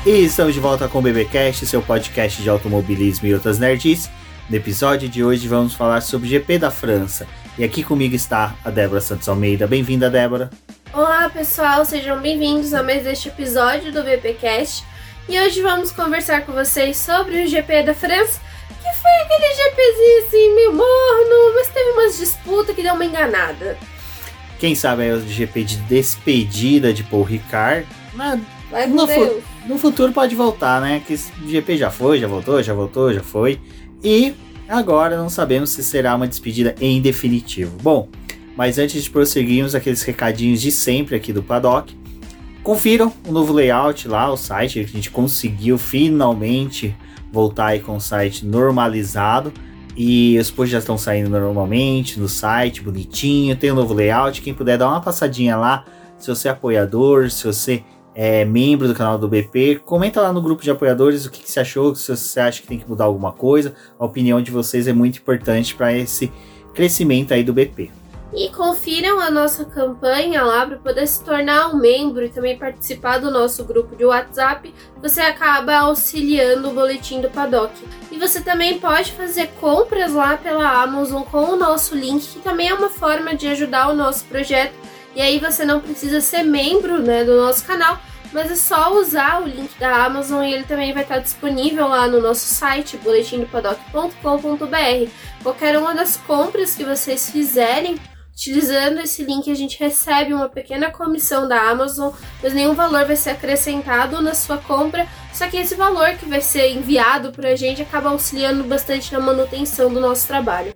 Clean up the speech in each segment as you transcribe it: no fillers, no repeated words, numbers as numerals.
E estamos de volta com o BBcast, seu podcast de automobilismo e outras nerds. No episódio de hoje vamos falar sobre o GP da França. E aqui comigo está a Débora Santos Almeida. Bem-vinda, Débora. Olá, pessoal, sejam bem-vindos a mais este episódio do BBcast. E hoje vamos conversar com vocês sobre o GP da França, que foi aquele GPzinho assim, meio morno, mas teve umas disputas que deu uma enganada. Quem sabe é o GP de despedida de Paul Ricard. No futuro pode voltar, né? Que o GP já foi, já voltou, já foi. E agora não sabemos se será uma despedida em definitivo. Bom, mas antes de prosseguirmos aqueles recadinhos de sempre aqui do Paddock, confiram o novo layout lá, o site, que a gente conseguiu finalmente voltar aí com o site normalizado. E os posts já estão saindo normalmente no site, bonitinho, tem um novo layout. Quem puder dar uma passadinha lá, se você é apoiador, se você é membro do canal do BP, comenta lá no grupo de apoiadores o que você achou, se você acha que tem que mudar alguma coisa. A opinião de vocês é muito importante para esse crescimento aí do BP. E confiram a nossa campanha lá para poder se tornar um membro e também participar do nosso grupo de WhatsApp. Você acaba auxiliando o boletim do Paddock. E você também pode fazer compras lá pela Amazon com o nosso link, que também é uma forma de ajudar o nosso projeto. E aí você não precisa ser membro, né, do nosso canal, mas é só usar o link da Amazon e ele também vai estar disponível lá no nosso site, boletimdopaddock.com.br. Qualquer uma das compras que vocês fizerem, utilizando esse link, a gente recebe uma pequena comissão da Amazon, mas nenhum valor vai ser acrescentado na sua compra, só que esse valor que vai ser enviado para a gente acaba auxiliando bastante na manutenção do nosso trabalho.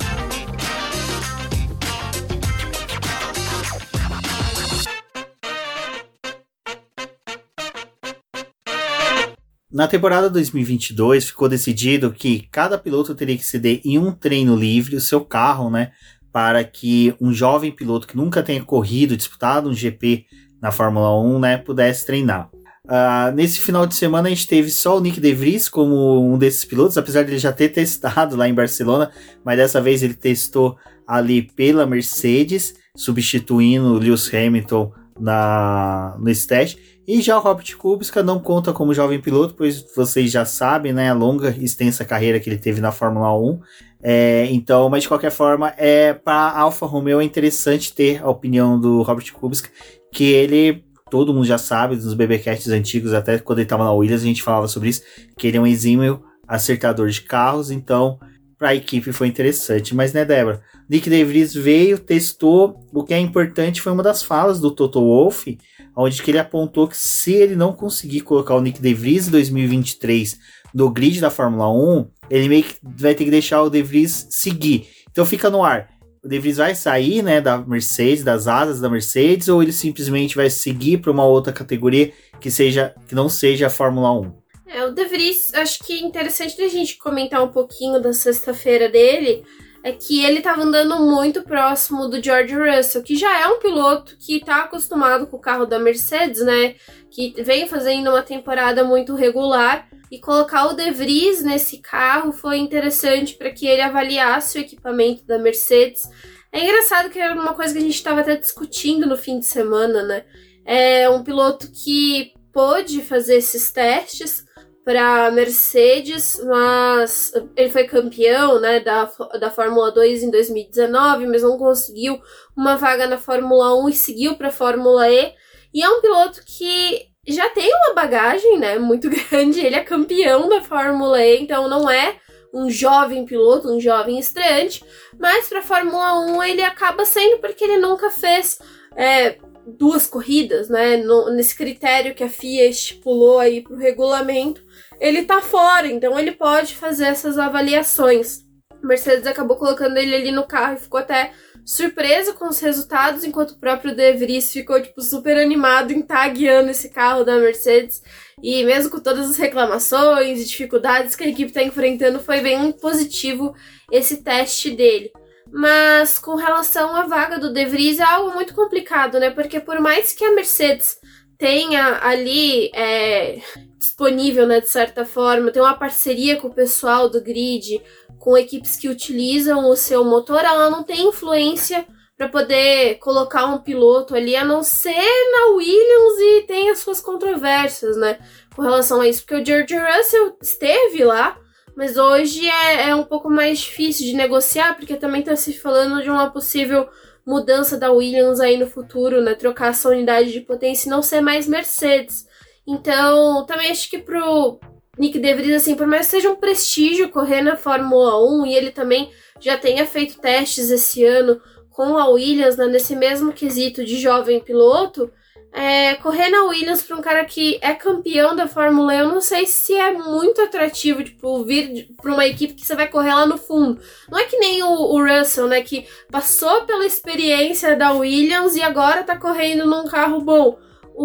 Na temporada 2022 ficou decidido que cada piloto teria que ceder em um treino livre o seu carro, né, para que um jovem piloto que nunca tenha corrido, disputado um GP na Fórmula 1, né, pudesse treinar. Nesse final de semana a gente teve só o Nyck de Vries como um desses pilotos, apesar de ele já ter testado lá em Barcelona, mas dessa vez ele testou ali pela Mercedes, substituindo o Lewis Hamilton nesse teste. E já o Robert Kubica não conta como jovem piloto, pois vocês já sabem, né, a longa e extensa carreira que ele teve na Fórmula 1. Então, mas de qualquer forma, para a Alfa Romeo é interessante ter a opinião do Robert Kubica, que ele, todo mundo já sabe, dos BBcasts antigos, até quando ele estava na Williams, a gente falava sobre isso, que ele é um exímio acertador de carros, então para a equipe foi interessante. Mas, né, Débora, Nyck de Vries veio, testou, o que é importante foi uma das falas do Toto Wolff, onde que ele apontou que se ele não conseguir colocar o Nyck de Vries em 2023 no grid da Fórmula 1, ele meio que vai ter que deixar o De Vries seguir. Então fica no ar. O De Vries vai sair, né, da Mercedes, das asas da Mercedes, ou ele simplesmente vai seguir para uma outra categoria que não seja a Fórmula 1? O De Vries, acho que é interessante a gente comentar um pouquinho da sexta-feira dele, é que ele estava andando muito próximo do George Russell, que já é um piloto que está acostumado com o carro da Mercedes, né? Que vem fazendo uma temporada muito regular. E colocar o De Vries nesse carro foi interessante para que ele avaliasse o equipamento da Mercedes. É engraçado que era uma coisa que a gente estava até discutindo no fim de semana, né? É um piloto que pôde fazer esses testes para Mercedes, mas ele foi campeão, né, da Fórmula 2 em 2019, mas não conseguiu uma vaga na Fórmula 1 e seguiu para a Fórmula E. E é um piloto que já tem uma bagagem, né, muito grande, ele é campeão da Fórmula E, então não é um jovem piloto, um jovem estreante, mas para a Fórmula 1 ele acaba sendo porque ele nunca fez duas corridas, né, nesse critério que a FIA estipulou aí para o regulamento. Ele tá fora, então ele pode fazer essas avaliações. A Mercedes acabou colocando ele ali no carro e ficou até surpresa com os resultados, enquanto o próprio De Vries ficou super animado em estar guiando esse carro da Mercedes. E mesmo com todas as reclamações e dificuldades que a equipe está enfrentando, foi bem positivo esse teste dele. Mas com relação à vaga do De Vries é algo muito complicado, né? Porque por mais que a Mercedes tenha ali disponível, né, de certa forma, tem uma parceria com o pessoal do grid, com equipes que utilizam o seu motor, ela não tem influência para poder colocar um piloto ali, a não ser na Williams, e tem as suas controvérsias, né, com relação a isso, porque o George Russell esteve lá, mas hoje é um pouco mais difícil de negociar, porque também está se falando de uma possível mudança da Williams aí no futuro, né, trocar essa unidade de potência e não ser mais Mercedes. Então, também acho que pro Nick De Vries, assim, por mais que seja um prestígio correr na Fórmula 1, e ele também já tenha feito testes esse ano com a Williams, né, nesse mesmo quesito de jovem piloto, correr na Williams para um cara que é campeão da Fórmula 1, eu não sei se é muito atrativo, tipo, vir para uma equipe que você vai correr lá no fundo. Não é que nem o Russell, né, que passou pela experiência da Williams e agora tá correndo num carro bom.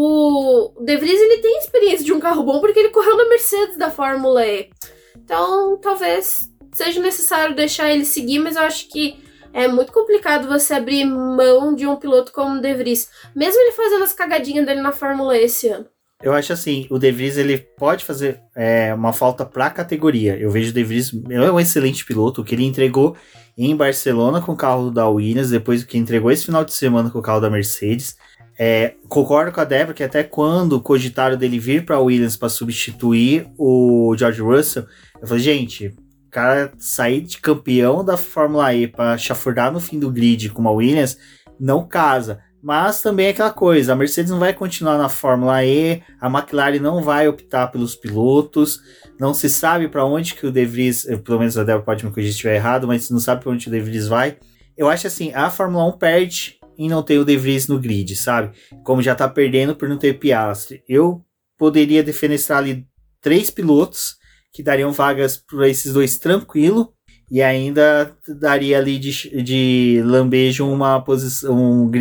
O De Vries, ele tem experiência de um carro bom porque ele correu na Mercedes da Fórmula E. Então, talvez seja necessário deixar ele seguir, mas eu acho que é muito complicado você abrir mão de um piloto como o De Vries, mesmo ele fazendo as cagadinhas dele na Fórmula E esse ano. Eu acho assim, o De Vries, ele pode fazer uma falta pra categoria. Eu vejo o De Vries, é um excelente piloto, o que ele entregou em Barcelona com o carro da Williams, depois o que entregou esse final de semana com o carro da Mercedes. Concordo com a Débora que até quando cogitaram dele vir para a Williams para substituir o George Russell, eu falei, gente, o cara sair de campeão da Fórmula E para chafurdar no fim do grid com uma Williams, não casa. Mas também é aquela coisa, a Mercedes não vai continuar na Fórmula E, a McLaren não vai optar pelos pilotos, não se sabe para onde que o De Vries, pelo menos a Débora pode me corrigir se estiver errado, mas não sabe para onde o De Vries vai. Eu acho assim, a Fórmula 1 perde em não ter o De Vries no grid, sabe? Como já tá perdendo por não ter Piastri. Eu poderia defenestrar ali 3 pilotos que dariam vagas para esses dois tranquilo e ainda daria ali de lambejo uma posição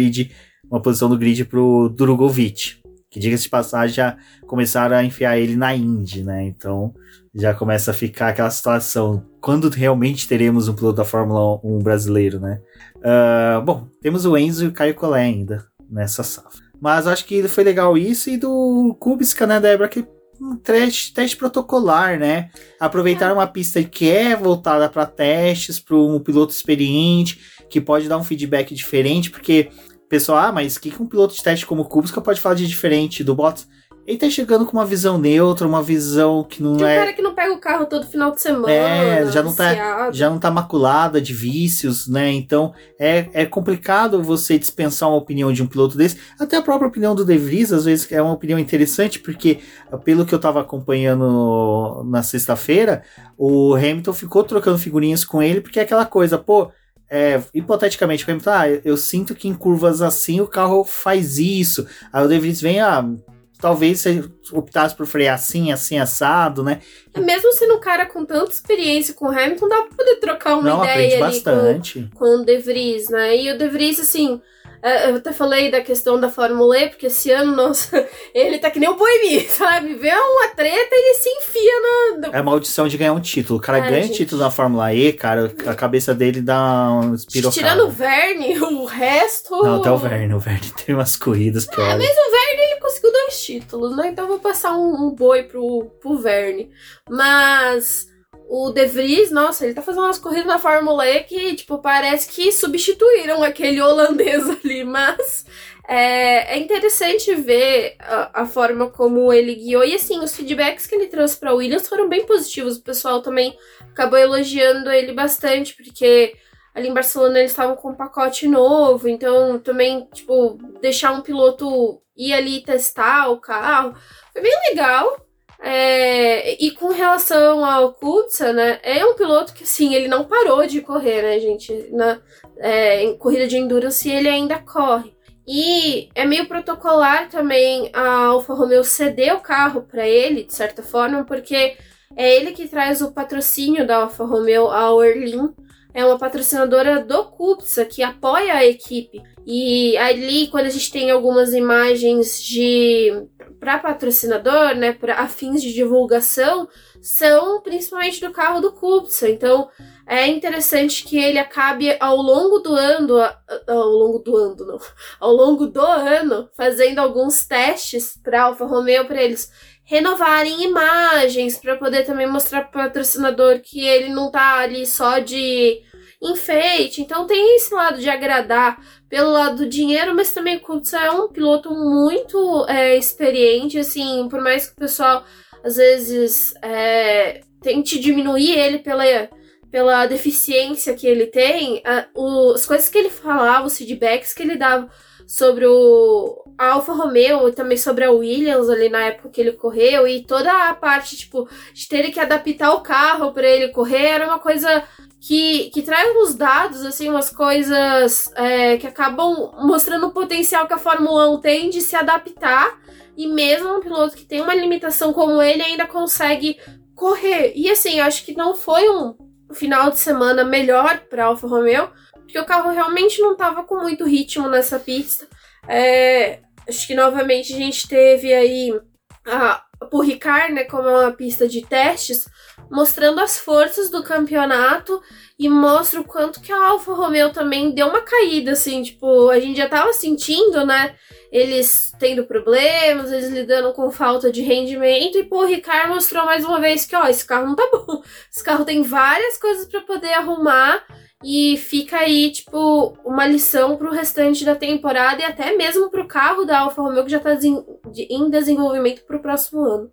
no grid pro Drugovic, que diga-se de passagem já começaram a enfiar ele na Indy, né? Então já começa a ficar aquela situação, quando realmente teremos um piloto da Fórmula 1 brasileiro, né? Bom, temos o Enzo e o Caio Collet ainda nessa safra. Mas acho que foi legal isso, e do Kubica, né, Débora, que um teste protocolar, né? Aproveitar uma pista que é voltada para testes, para um piloto experiente, que pode dar um feedback diferente, porque o pessoal, mas o que um piloto de teste como o Kubica pode falar de diferente do Bottas? Ele tá chegando com uma visão neutra, uma visão que não um cara que não pega o carro todo final de semana. Já não tá maculada de vícios, né? Então é complicado você dispensar uma opinião de um piloto desse. Até a própria opinião do De Vries, às vezes, é uma opinião interessante, porque pelo que eu tava acompanhando na sexta-feira, o Hamilton ficou trocando figurinhas com ele, porque é aquela coisa, hipoteticamente, o Hamilton, eu sinto que em curvas assim o carro faz isso. Aí o De Vries vem, talvez você optasse por frear assim, assado, né? Mesmo sendo um cara com tanta experiência com o Hamilton, dá pra poder trocar uma ideia ali com o De Vries, né? E o De Vries, assim, eu até falei da questão da Fórmula E, porque esse ano, nossa, ele tá que nem o Boemi, sabe? Vê uma treta e ele se enfia na... É a maldição de ganhar um título. O cara ganha título na Fórmula E, cara, a cabeça dele dá um espirocada. Tirando o Verne, o resto... Não, até o Verne tem umas corridas que olha. Mas o Verne, ele conseguiu 2 títulos, né? Então eu vou passar um boi pro Verne. Mas o De Vries, nossa, ele tá fazendo umas corridas na Fórmula E que, tipo, parece que substituíram aquele holandês ali, mas é interessante ver a forma como ele guiou. E assim, os feedbacks que ele trouxe pra Williams foram bem positivos. O pessoal também acabou elogiando ele bastante, porque ali em Barcelona eles estavam com um pacote novo, então também, tipo, deixar um piloto ir ali testar o carro foi bem legal. E com relação ao Kubica, né, é um piloto que, assim, ele não parou de correr, né, gente, em corrida de endurance ele ainda corre. E é meio protocolar também a Alfa Romeo ceder o carro para ele, de certa forma, porque é ele que traz o patrocínio da Alfa Romeo, a Orlin. É uma patrocinadora do Kubica, que apoia a equipe. E ali, quando a gente tem algumas imagens para patrocinador, né, para fins de divulgação, são principalmente do carro do Kubica. Então, é interessante que ele acabe ao longo do ano, fazendo alguns testes para Alfa Romeo, para eles renovarem imagens, para poder também mostrar para o patrocinador que ele não tá ali só de enfeite. Então tem esse lado de agradar pelo lado do dinheiro, mas também o Kubica é um piloto muito experiente, assim, por mais que o pessoal às vezes tente diminuir ele pela deficiência que ele tem, as coisas que ele falava, os feedbacks que ele dava sobre a Alfa Romeo e também sobre a Williams ali na época que ele correu, e toda a parte, tipo, de ter que adaptar o carro para ele correr, era uma coisa que traz uns dados, assim, umas coisas que acabam mostrando o potencial que a Fórmula 1 tem de se adaptar, e mesmo um piloto que tem uma limitação como ele ainda consegue correr. E assim, eu acho que não foi um final de semana melhor para a Alfa Romeo, porque o carro realmente não estava com muito ritmo nessa pista. Acho que novamente a gente teve aí a Paul Ricard, né, como uma pista de testes, mostrando as forças do campeonato, e mostra o quanto que a Alfa Romeo também deu uma caída, assim, tipo, a gente já tava sentindo, né, eles tendo problemas, eles lidando com falta de rendimento, e Paul Ricard mostrou mais uma vez que, esse carro não tá bom, esse carro tem várias coisas para poder arrumar, e fica aí, tipo, uma lição pro restante da temporada e até mesmo pro carro da Alfa Romeo, que já tá em desenvolvimento pro próximo ano.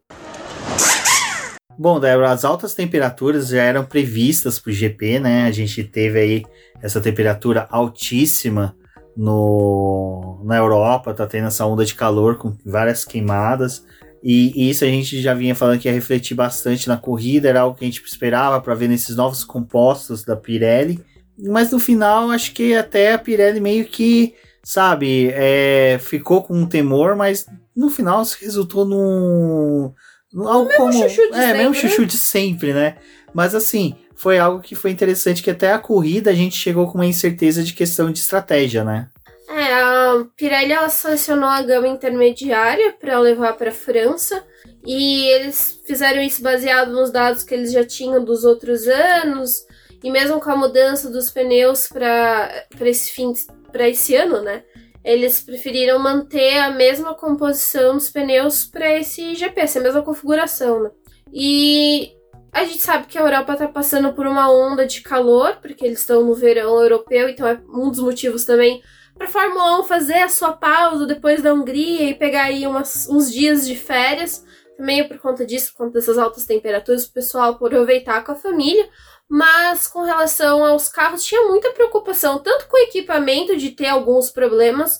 Bom, Débora, as altas temperaturas já eram previstas pro GP, né? A gente teve aí essa temperatura altíssima na Europa, tá tendo essa onda de calor com várias queimadas. E isso a gente já vinha falando que ia refletir bastante na corrida, era algo que a gente esperava para ver nesses novos compostos da Pirelli. Mas no final, acho que até a Pirelli meio que, sabe, ficou com um temor, mas no final resultou algo mesmo como chuchu de sempre, mesmo chuchu de sempre, né? Mas assim, foi algo que foi interessante, que até a corrida a gente chegou com uma incerteza de questão de estratégia, né? A Pirelli ela selecionou a gama intermediária para levar para a França, e eles fizeram isso baseado nos dados que eles já tinham dos outros anos, e mesmo com a mudança dos pneus para esse ano, né? Eles preferiram manter a mesma composição dos pneus para esse GP, essa mesma configuração, né? E a gente sabe que a Europa está passando por uma onda de calor, porque eles estão no verão europeu, então é um dos motivos também para a Fórmula 1 fazer a sua pausa depois da Hungria e pegar aí uns dias de férias, também por conta disso, por conta dessas altas temperaturas, o pessoal aproveitar com a família. Mas com relação aos carros, tinha muita preocupação, tanto com o equipamento de ter alguns problemas,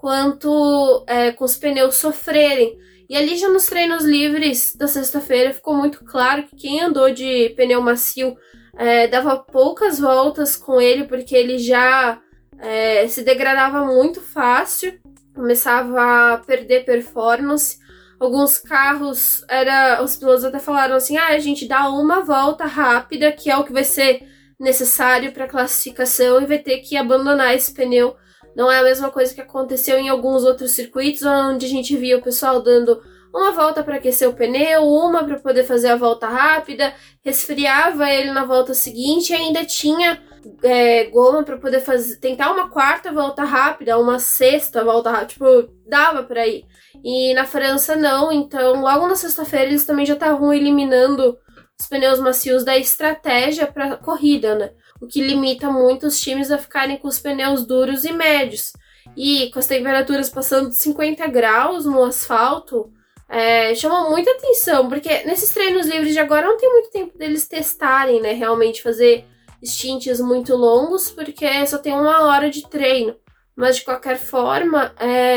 quanto com os pneus sofrerem. E ali já nos treinos livres da sexta-feira ficou muito claro que quem andou de pneu macio dava poucas voltas com ele, porque ele já se degradava muito fácil, começava a perder performance. Alguns carros, os pilotos até falaram assim, a gente dá uma volta rápida, que é o que vai ser necessário para a classificação, e vai ter que abandonar esse pneu. Não é a mesma coisa que aconteceu em alguns outros circuitos, onde a gente via o pessoal dando uma volta para aquecer o pneu, uma para poder fazer a volta rápida, resfriava ele na volta seguinte e ainda tinha goma para poder tentar uma quarta volta rápida, uma sexta volta rápida, tipo, dava para ir. E na França não, então logo na sexta-feira eles também já estavam eliminando os pneus macios da estratégia para corrida, né? O que limita muito os times a ficarem com os pneus duros e médios. E com as temperaturas passando de 50 graus no asfalto, chama muita atenção, porque nesses treinos livres de agora não tem muito tempo deles testarem, né? Realmente fazer stints muito longos, porque só tem 1 hora de treino. Mas de qualquer forma,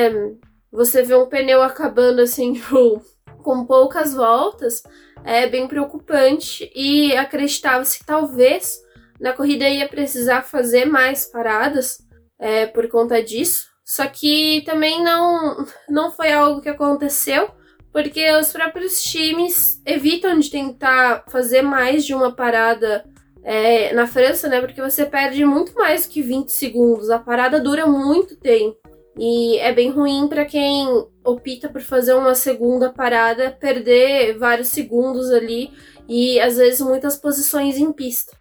você vê um pneu acabando assim com poucas voltas, é bem preocupante, e acreditava-se que talvez na corrida ia precisar fazer mais paradas por conta disso, só que também não foi algo que aconteceu, porque os próprios times evitam de tentar fazer mais de uma parada na França, né? Porque você perde muito mais que 20 segundos, a parada dura muito tempo. E é bem ruim para quem opta por fazer uma segunda parada, perder vários segundos ali e às vezes muitas posições em pista.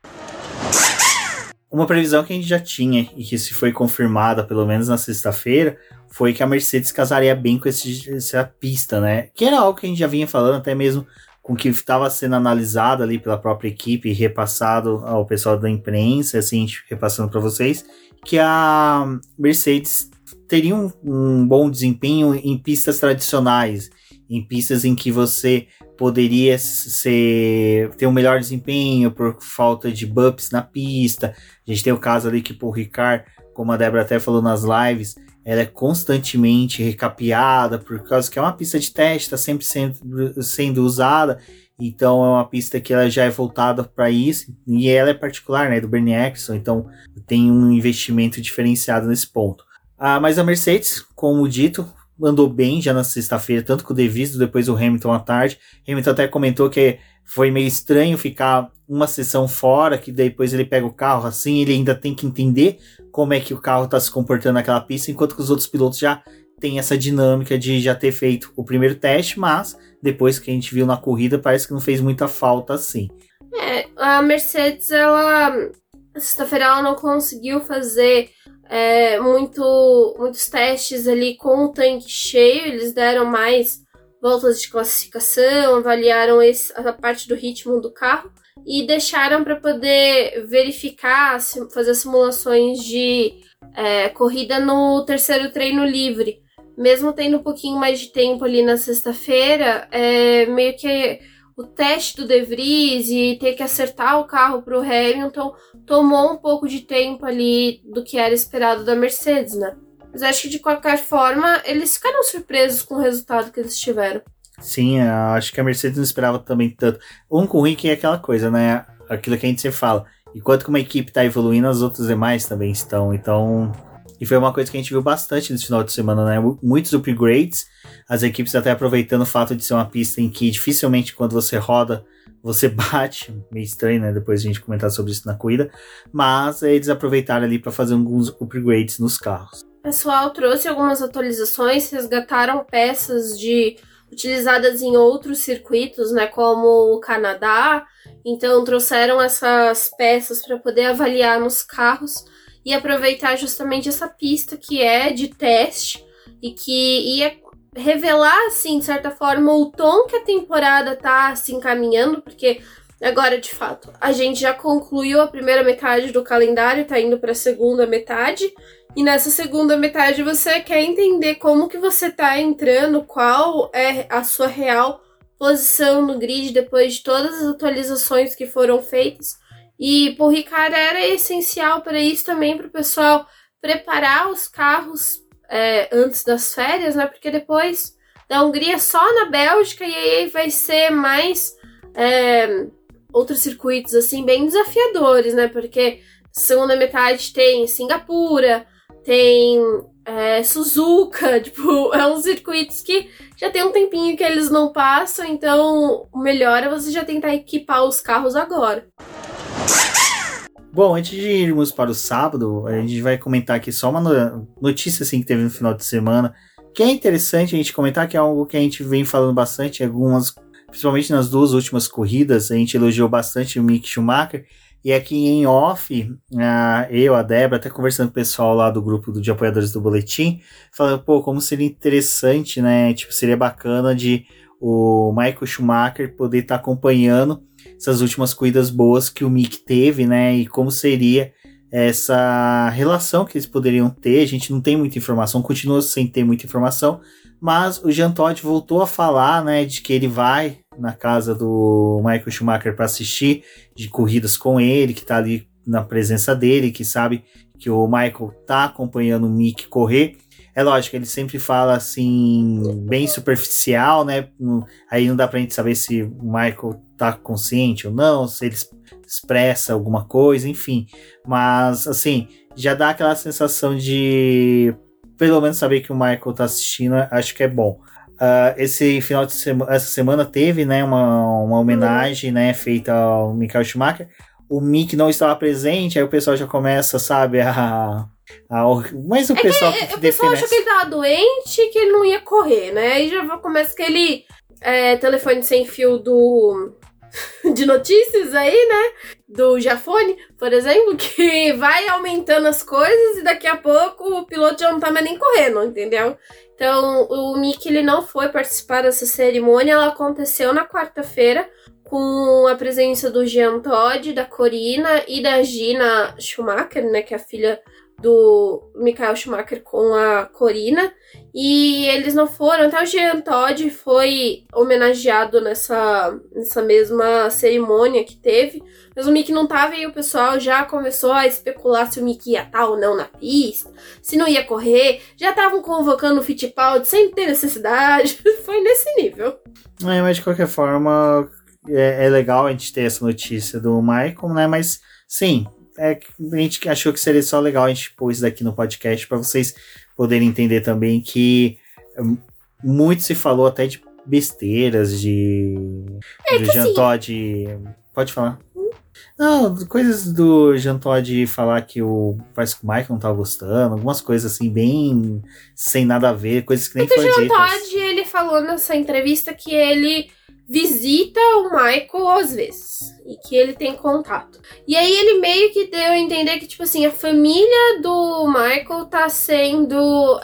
Uma previsão que a gente já tinha e que se foi confirmada pelo menos na sexta-feira foi que a Mercedes casaria bem com essa pista, né? Que era algo que a gente já vinha falando até mesmo com o que estava sendo analisado ali pela própria equipe e repassado ao pessoal da imprensa, assim, repassando para vocês, que a Mercedes teria um bom desempenho em pistas tradicionais, em pistas em que você poderia ter um melhor desempenho por falta de bumps na pista. A gente tem o caso ali que Paul Ricard, como a Débora até falou nas lives, ela é constantemente recapeada, por causa que é uma pista de teste, está sempre sendo usada, então é uma pista que ela já é voltada para isso, e ela é particular, né, do Bernie Ecclestone, então tem um investimento diferenciado nesse ponto. Mas a Mercedes, como dito, andou bem já na sexta-feira, tanto com o De Vries, depois o Hamilton à tarde. Hamilton até comentou que foi meio estranho ficar uma sessão fora, que depois ele pega o carro assim, ele ainda tem que entender como é que o carro está se comportando naquela pista, enquanto que os outros pilotos já têm essa dinâmica de já ter feito o primeiro teste, mas depois que a gente viu na corrida, parece que não fez muita falta assim. A Mercedes, sexta-feira ela não conseguiu fazer muitos testes ali com o tanque cheio, eles deram mais voltas de classificação, avaliaram a parte do ritmo do carro e deixaram para poder verificar, fazer simulações de corrida no terceiro treino livre. Mesmo tendo um pouquinho mais de tempo ali na sexta-feira, meio que o teste do De Vries e ter que acertar o carro para o Hamilton tomou um pouco de tempo ali do que era esperado da Mercedes, né? Mas acho que de qualquer forma eles ficaram surpresos com o resultado que eles tiveram. Sim, acho que a Mercedes não esperava também tanto. O único ruim que é aquela coisa, né? Aquilo que a gente sempre fala. Enquanto que uma equipe está evoluindo, as outras demais também estão. Então, e foi uma coisa que a gente viu bastante nesse final de semana, né? Muitos upgrades, as equipes até aproveitando o fato de ser uma pista em que dificilmente quando você roda, você bate. Meio estranho, né? Depois a gente comentar sobre isso na corrida. Mas eles aproveitaram ali para fazer alguns upgrades nos carros. O pessoal trouxe algumas atualizações, resgataram peças utilizadas em outros circuitos, né, como o Canadá. Então trouxeram essas peças para poder avaliar nos carros e aproveitar justamente essa pista que é de teste e que ia revelar, assim, de certa forma, o tom que a temporada tá assim, caminhando, porque agora, de fato, a gente já concluiu a primeira metade do calendário, tá indo para a segunda metade. E nessa segunda metade você quer entender como que você tá entrando, qual é a sua real posição no grid depois de todas as atualizações que foram feitas. E Paul Ricard era essencial para isso também, para o pessoal preparar os carros antes das férias, né? Porque depois da Hungria só na Bélgica e aí vai ser mais outros circuitos assim bem desafiadores, né? Porque segunda metade tem Singapura, tem Suzuka, tipo, uns circuitos que já tem um tempinho que eles não passam, então o melhor é você já tentar equipar os carros agora. Bom, antes de irmos para o sábado, a gente vai comentar aqui só uma notícia assim, que teve no final de semana, que é interessante a gente comentar, que é algo que a gente vem falando bastante, principalmente nas duas últimas corridas, a gente elogiou bastante o Mick Schumacher, e aqui em off, a Débora, até conversando com o pessoal lá do grupo de apoiadores do Boletim, falando, como seria interessante, né, tipo, seria bacana de o Michael Schumacher poder estar acompanhando essas últimas corridas boas que o Mick teve, né, e como seria essa relação que eles poderiam ter. A gente não tem muita informação, continua sem ter muita informação, mas o Jean Todt voltou a falar, né, de que ele vai na casa do Michael Schumacher para assistir de corridas com ele, que tá ali na presença dele, que sabe que o Michael tá acompanhando o Mick correr. É lógico, ele sempre fala assim, bem superficial, né? Aí não dá pra gente saber se o Michael tá consciente ou não, se ele expressa alguma coisa, enfim. Mas, assim, já dá aquela sensação de, pelo menos, saber que o Michael tá assistindo, acho que é bom. Esse final de semana, essa semana teve, né, uma homenagem, né, feita ao Michael Schumacher. O Mick não estava presente, aí o pessoal já começa, sabe, mas o pessoal que o pessoal achou que ele tava doente, que ele não ia correr, né? Aí já começa aquele telefone sem fio de notícias aí, né? Do Jafone, por exemplo, que vai aumentando as coisas e daqui a pouco o piloto já não tá mais nem correndo, entendeu? Então, o Mickey, ele não foi participar dessa cerimônia, ela aconteceu na quarta-feira, com a presença do Jean Todt, da Corina e da Gina Schumacher, né, que é a filha do Michael Schumacher com a Corina, e eles não foram, até o Jean Todt foi homenageado nessa mesma cerimônia que teve, mas o Mickey não tava e o pessoal já começou a especular se o Mickey ia estar ou não na pista, se não ia correr, já estavam convocando o Fittipaldi sem ter necessidade, foi nesse nível. Mas de qualquer forma, é legal a gente ter essa notícia do Michael, né, mas sim, a gente achou que seria só legal a gente pôr isso daqui no podcast para vocês poderem entender também que muito se falou até de besteiras do Jean Todt. Pode falar. Não, coisas do Jean Todt falar que parece que o Michael não tava gostando, algumas coisas assim bem sem nada a ver, coisas que nem foram ditas. O Jean Todt, ele falou nessa entrevista que ele visita o Michael às vezes e que ele tem contato. E aí ele meio que deu a entender que, tipo assim, a família do Michael tá sendo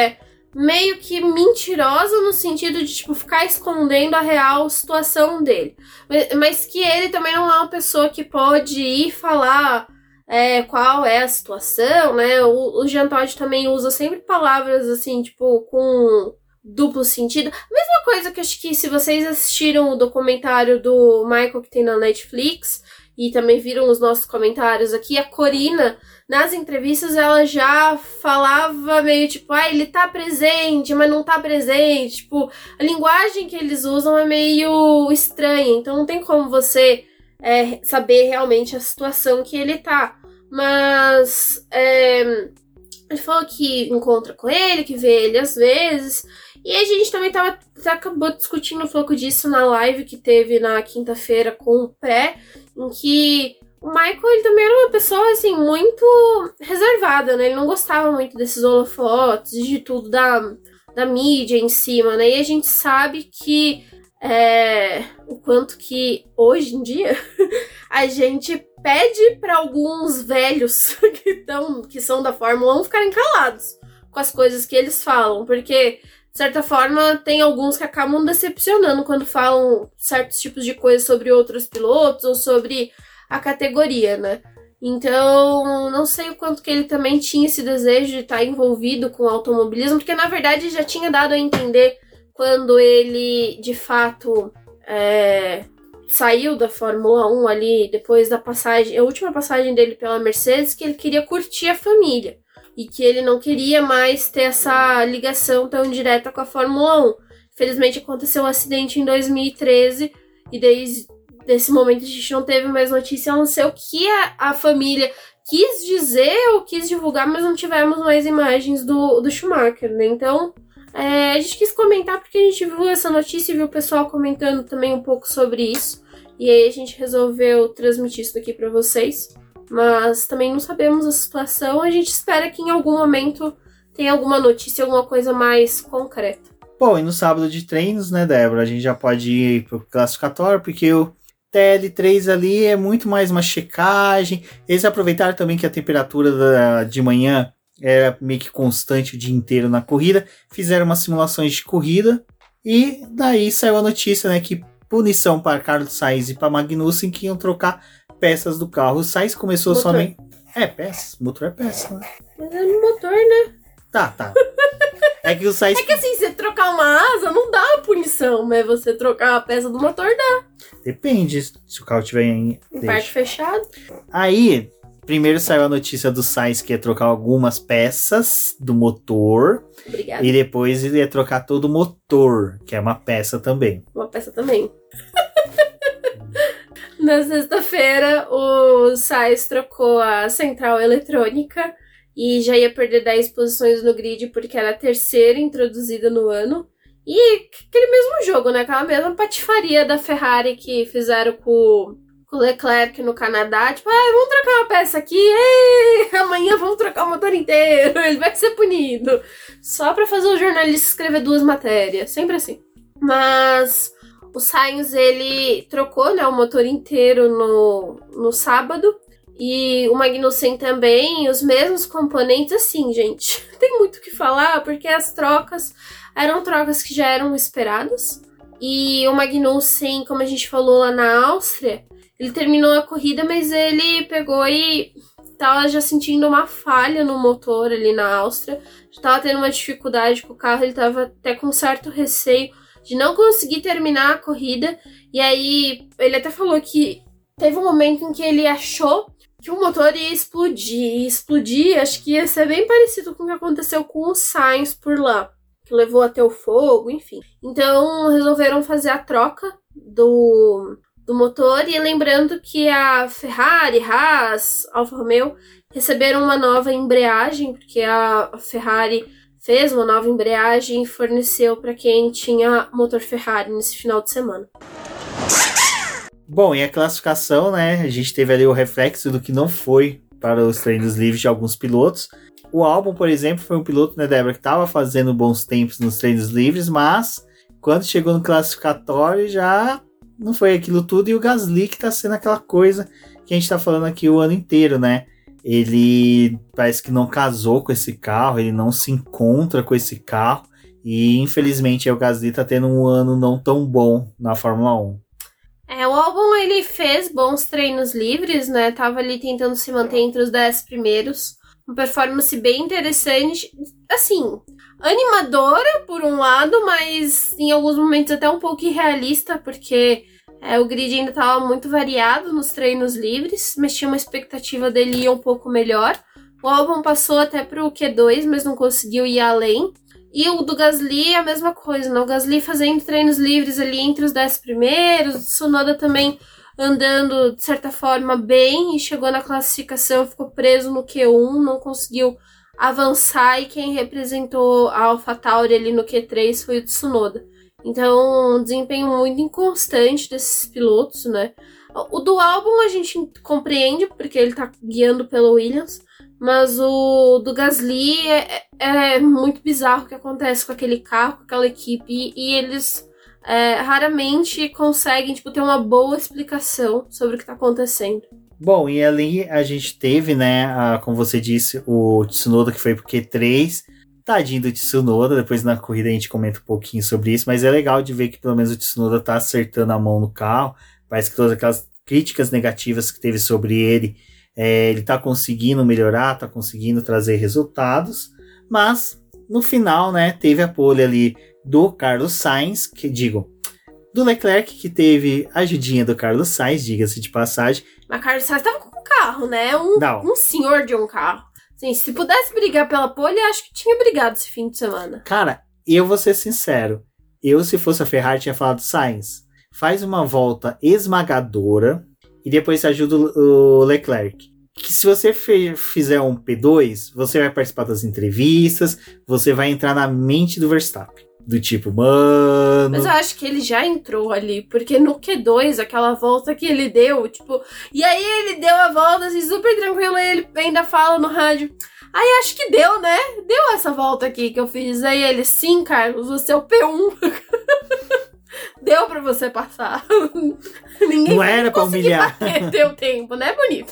meio que mentirosa no sentido de, tipo, ficar escondendo a real situação dele. Mas que ele também não é uma pessoa que pode ir falar qual é a situação, né? O Jean Todt também usa sempre palavras assim, tipo, com duplo sentido. Mesma coisa que acho que se vocês assistiram o documentário do Michael que tem na Netflix e também viram os nossos comentários aqui, a Corina, nas entrevistas, ela já falava meio tipo, ele tá presente, mas não tá presente. Tipo, a linguagem que eles usam é meio estranha, então não tem como você saber realmente a situação que ele tá. Mas ele falou que encontra com ele, que vê ele às vezes. E a gente também acabou discutindo um pouco disso na live que teve na quinta-feira com o Pré, em que o Michael, ele também era uma pessoa, assim, muito reservada, né? Ele não gostava muito desses holofotes, de tudo da mídia em cima, né? E a gente sabe que o quanto que, hoje em dia, a gente pede para alguns velhos que são da Fórmula 1 ficarem calados com as coisas que eles falam, porque de certa forma, tem alguns que acabam decepcionando quando falam certos tipos de coisas sobre outros pilotos ou sobre a categoria, né? Então, não sei o quanto que ele também tinha esse desejo de estar envolvido com o automobilismo, porque na verdade já tinha dado a entender quando ele, de fato, saiu da Fórmula 1 ali, depois da passagem, a última passagem dele pela Mercedes, que ele queria curtir a família. E que ele não queria mais ter essa ligação tão direta com a Fórmula 1. Infelizmente aconteceu um acidente em 2013 e desde esse momento a gente não teve mais notícia, a não ser o que a família quis dizer ou quis divulgar, mas não tivemos mais imagens do Schumacher, né? Então, a gente quis comentar porque a gente viu essa notícia e viu o pessoal comentando também um pouco sobre isso. E aí a gente resolveu transmitir isso aqui para vocês. Mas também não sabemos a situação, a gente espera que em algum momento tenha alguma notícia, alguma coisa mais concreta. Bom, e no sábado de treinos, né, Débora, a gente já pode ir pro classificatório, porque o TL3 ali é muito mais uma checagem. Eles aproveitaram também que a temperatura de manhã era meio que constante o dia inteiro na corrida, fizeram umas simulações de corrida, e daí saiu a notícia, né, que punição para Carlos Sainz e para Magnussen, que iam trocar peças do carro. O Sainz começou somente... peças. Motor é peça, né? Mas é no motor, né? Tá. É que o Sainz... É que assim, você trocar uma asa não dá uma punição, mas você trocar a peça do motor dá. Depende, se o carro tiver em parte fechado. Aí, primeiro saiu a notícia do Sainz que ia trocar algumas peças do motor. Obrigada. E depois ele ia trocar todo o motor, que é uma peça também. Uma peça também. Na sexta-feira, o Sainz trocou a central eletrônica e já ia perder 10 posições no grid porque era a terceira introduzida no ano. E aquele mesmo jogo, né? Aquela mesma patifaria da Ferrari que fizeram com o Leclerc no Canadá. Tipo, vamos trocar uma peça aqui, amanhã vamos trocar o motor inteiro, ele vai ser punido. Só pra fazer o jornalista escrever 2 matérias, sempre assim. Mas O Sainz, ele trocou, né, o motor inteiro no sábado. E o Magnussen também, os mesmos componentes. Assim, gente, tem muito o que falar, porque as trocas eram trocas que já eram esperadas. E o Magnussen, como a gente falou lá na Áustria, ele terminou a corrida, mas ele pegou e tava já sentindo uma falha no motor ali na Áustria. Já tava tendo uma dificuldade com o carro, ele tava até com certo receio de não conseguir terminar a corrida. E aí, ele até falou que teve um momento em que ele achou que o motor ia explodir, acho que ia ser bem parecido com o que aconteceu com o Sainz por lá, que levou até o fogo, enfim. Então, resolveram fazer a troca do motor, e lembrando que a Ferrari, Haas, Alfa Romeo receberam uma nova embreagem, porque a Ferrari fez uma nova embreagem e forneceu para quem tinha motor Ferrari nesse final de semana. Bom, e a classificação, né? A gente teve ali o reflexo do que não foi para os treinos livres de alguns pilotos. O Albon, por exemplo, foi um piloto, né, Débora, que estava fazendo bons tempos nos treinos livres, mas quando chegou no classificatório já não foi aquilo tudo. E o Gasly, que está sendo aquela coisa que a gente está falando aqui o ano inteiro, né? Ele parece que não casou com esse carro, ele não se encontra com esse carro. E infelizmente o Gasly está tendo um ano não tão bom na Fórmula 1. O Albon, ele fez bons treinos livres, né? Tava ali tentando se manter entre os 10 primeiros. Uma performance bem interessante. Assim, animadora por um lado, mas em alguns momentos até um pouco irrealista, porque o grid ainda estava muito variado nos treinos livres, mas tinha uma expectativa dele ir um pouco melhor. O Albon passou até pro Q2, mas não conseguiu ir além. E o do Gasly é a mesma coisa, né? O Gasly fazendo treinos livres ali entre os 10 primeiros, o Tsunoda também andando, de certa forma, bem, e chegou na classificação, ficou preso no Q1, não conseguiu avançar, e quem representou a AlphaTauri ali no Q3 foi o Tsunoda. Então, um desempenho muito inconstante desses pilotos, né? O do Albon a gente compreende, porque ele tá guiando pelo Williams, mas o do Gasly é muito bizarro o que acontece com aquele carro, com aquela equipe, e eles raramente conseguem ter uma boa explicação sobre o que tá acontecendo. Bom, e ali a gente teve, né, como você disse, o Tsunoda que foi pro Q3, tadinho do Tsunoda, depois na corrida a gente comenta um pouquinho sobre isso, mas é legal de ver que pelo menos o Tsunoda tá acertando a mão no carro, parece que todas aquelas críticas negativas que teve sobre ele, ele tá conseguindo melhorar, tá conseguindo trazer resultados, mas no final, né, teve a pole ali do Carlos Sainz, do Leclerc, que teve a ajudinha do Carlos Sainz, diga-se de passagem. Mas Carlos Sainz tava com um carro, né, um senhor de um carro. Assim, se pudesse brigar pela pole, acho que tinha brigado esse fim de semana. Cara, eu vou ser sincero, se fosse a Ferrari, tinha falado: Sainz, faz uma volta esmagadora e depois você ajuda o Leclerc. Que se você fizer um P2, você vai participar das entrevistas, você vai entrar na mente do Verstappen. Do tipo, mano... Mas eu acho que ele já entrou ali, porque no Q2, aquela volta que ele deu, e aí ele deu a volta, assim, super tranquilo, e ele ainda fala no rádio: aí acho que deu, né? Deu essa volta aqui que eu fiz. Aí ele: sim, Carlos, você é o P1. Deu pra você passar. Ninguém não era pra humilhar. Teu tempo, né? Bonito.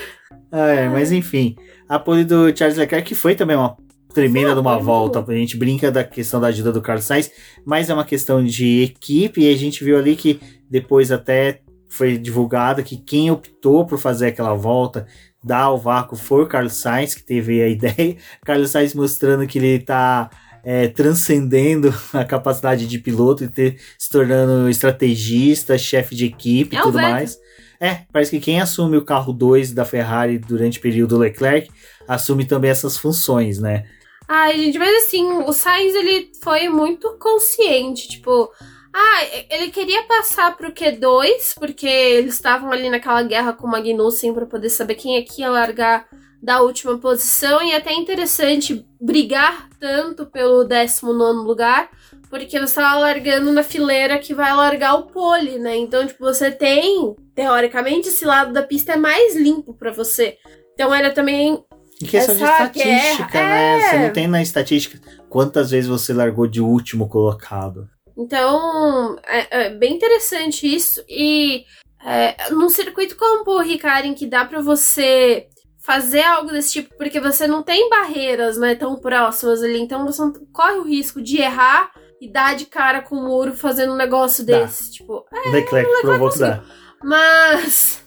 Mas enfim, a pole do Charles Leclerc, que foi também uma tremenda de uma volta. A gente brinca da questão da ajuda do Carlos Sainz, mas é uma questão de equipe, e a gente viu ali que depois até foi divulgado que quem optou por fazer aquela volta, dar o vácuo, foi o Carlos Sainz, que teve a ideia. Carlos Sainz mostrando que ele tá transcendendo a capacidade de piloto e se tornando estrategista, chefe de equipe e tudo mais. Parece que quem assume o carro 2 da Ferrari durante o período Leclerc assume também essas funções, né? Ai, gente, mas assim, o Sainz, ele foi muito consciente, ele queria passar pro Q2, porque eles estavam ali naquela guerra com o Magnussen pra poder saber quem é que ia largar da última posição, e é até interessante brigar tanto pelo 19º lugar, porque você tá largando na fileira que vai largar o pole, né? Então, você tem, teoricamente, esse lado da pista é mais limpo pra você. Então, era também... Em questão de estatística, né? Você não tem na estatística quantas vezes você largou de último colocado. Então, é bem interessante isso. E num circuito como o Hikarin, que dá pra você fazer algo desse tipo, porque você não tem barreiras, né, tão próximas ali, então você não corre o risco de errar e dar de cara com o muro fazendo um negócio desse. Tipo, Leclerc provou que dá. Mas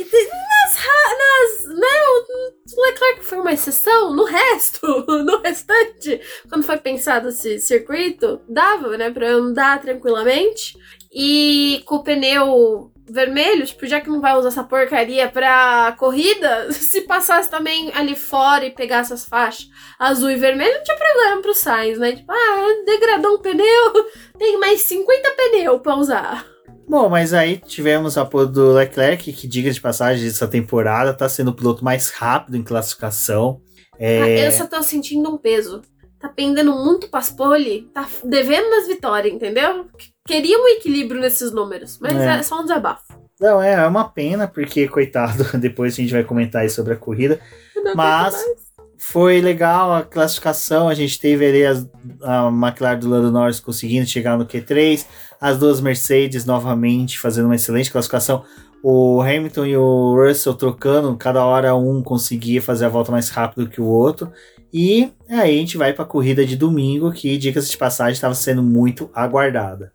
o Leclerc foi uma exceção. No restante, quando foi pensado esse circuito, dava, né, pra andar tranquilamente. E com o pneu vermelho, tipo, já que não vai usar essa porcaria pra corrida, se passasse também ali fora e pegasse as faixas azul e vermelho, não tinha problema pro Sainz, né? Tipo, degradou um pneu, tem mais 50 pneus pra usar. Bom, mas aí tivemos o apoio do Leclerc, que, diga de passagem, essa temporada tá sendo o piloto mais rápido em classificação. Eu só tô sentindo um peso. Tá pendendo muito pras pole, tá devendo nas vitórias, entendeu? Queria um equilíbrio nesses números, mas é só um desabafo. Não, é uma pena, porque, coitado, depois a gente vai comentar aí sobre a corrida. Mas foi legal a classificação, a gente teve ali a McLaren do Lando Norris conseguindo chegar no Q3, as duas Mercedes novamente fazendo uma excelente classificação, o Hamilton e o Russell trocando, cada hora um conseguia fazer a volta mais rápido que o outro, e aí a gente vai para a corrida de domingo, que, diga-se de passagem, estava sendo muito aguardada.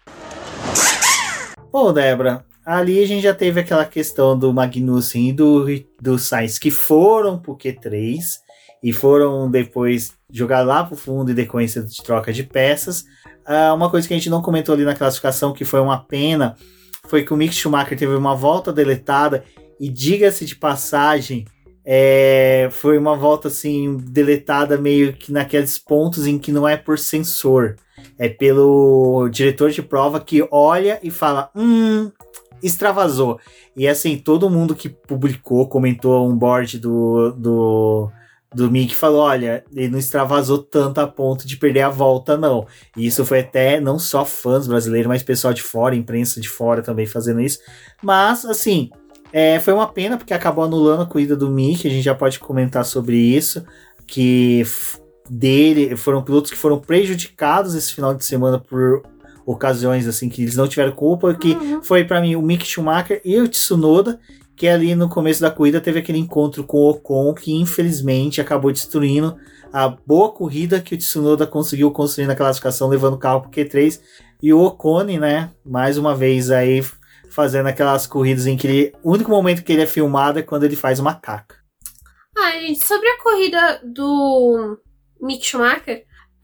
Bom, Débora, ali a gente já teve aquela questão do Magnussen e do Sainz, que foram pro Q3 e foram depois jogar lá pro fundo em decorrência de troca de peças. Uma coisa que a gente não comentou ali na classificação, que foi uma pena, foi que o Mick Schumacher teve uma volta deletada, e, diga-se de passagem, foi uma volta assim deletada meio que naqueles pontos em que não é por sensor, é pelo diretor de prova, que olha e fala, extravasou. E assim, todo mundo que publicou, comentou um board do Mick, falou, olha, ele não extravasou tanto a ponto de perder a volta, não. E isso foi até não só fãs brasileiros, mas pessoal de fora, imprensa de fora também fazendo isso. Mas, assim, foi uma pena, porque acabou anulando a corrida do Mick, a gente já pode comentar sobre isso, que foram pilotos que foram prejudicados esse final de semana por ocasiões assim que eles não tiveram culpa, que foi para mim o Mick Schumacher e o Tsunoda, que ali no começo da corrida teve aquele encontro com o Ocon, que infelizmente acabou destruindo a boa corrida que o Tsunoda conseguiu construir na classificação, levando o carro pro Q3, e o Ocon, né, mais uma vez aí fazendo aquelas corridas em que o único momento que ele é filmado é quando ele faz uma caca. Gente, sobre a corrida do Mick Schumacher,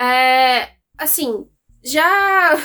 assim, já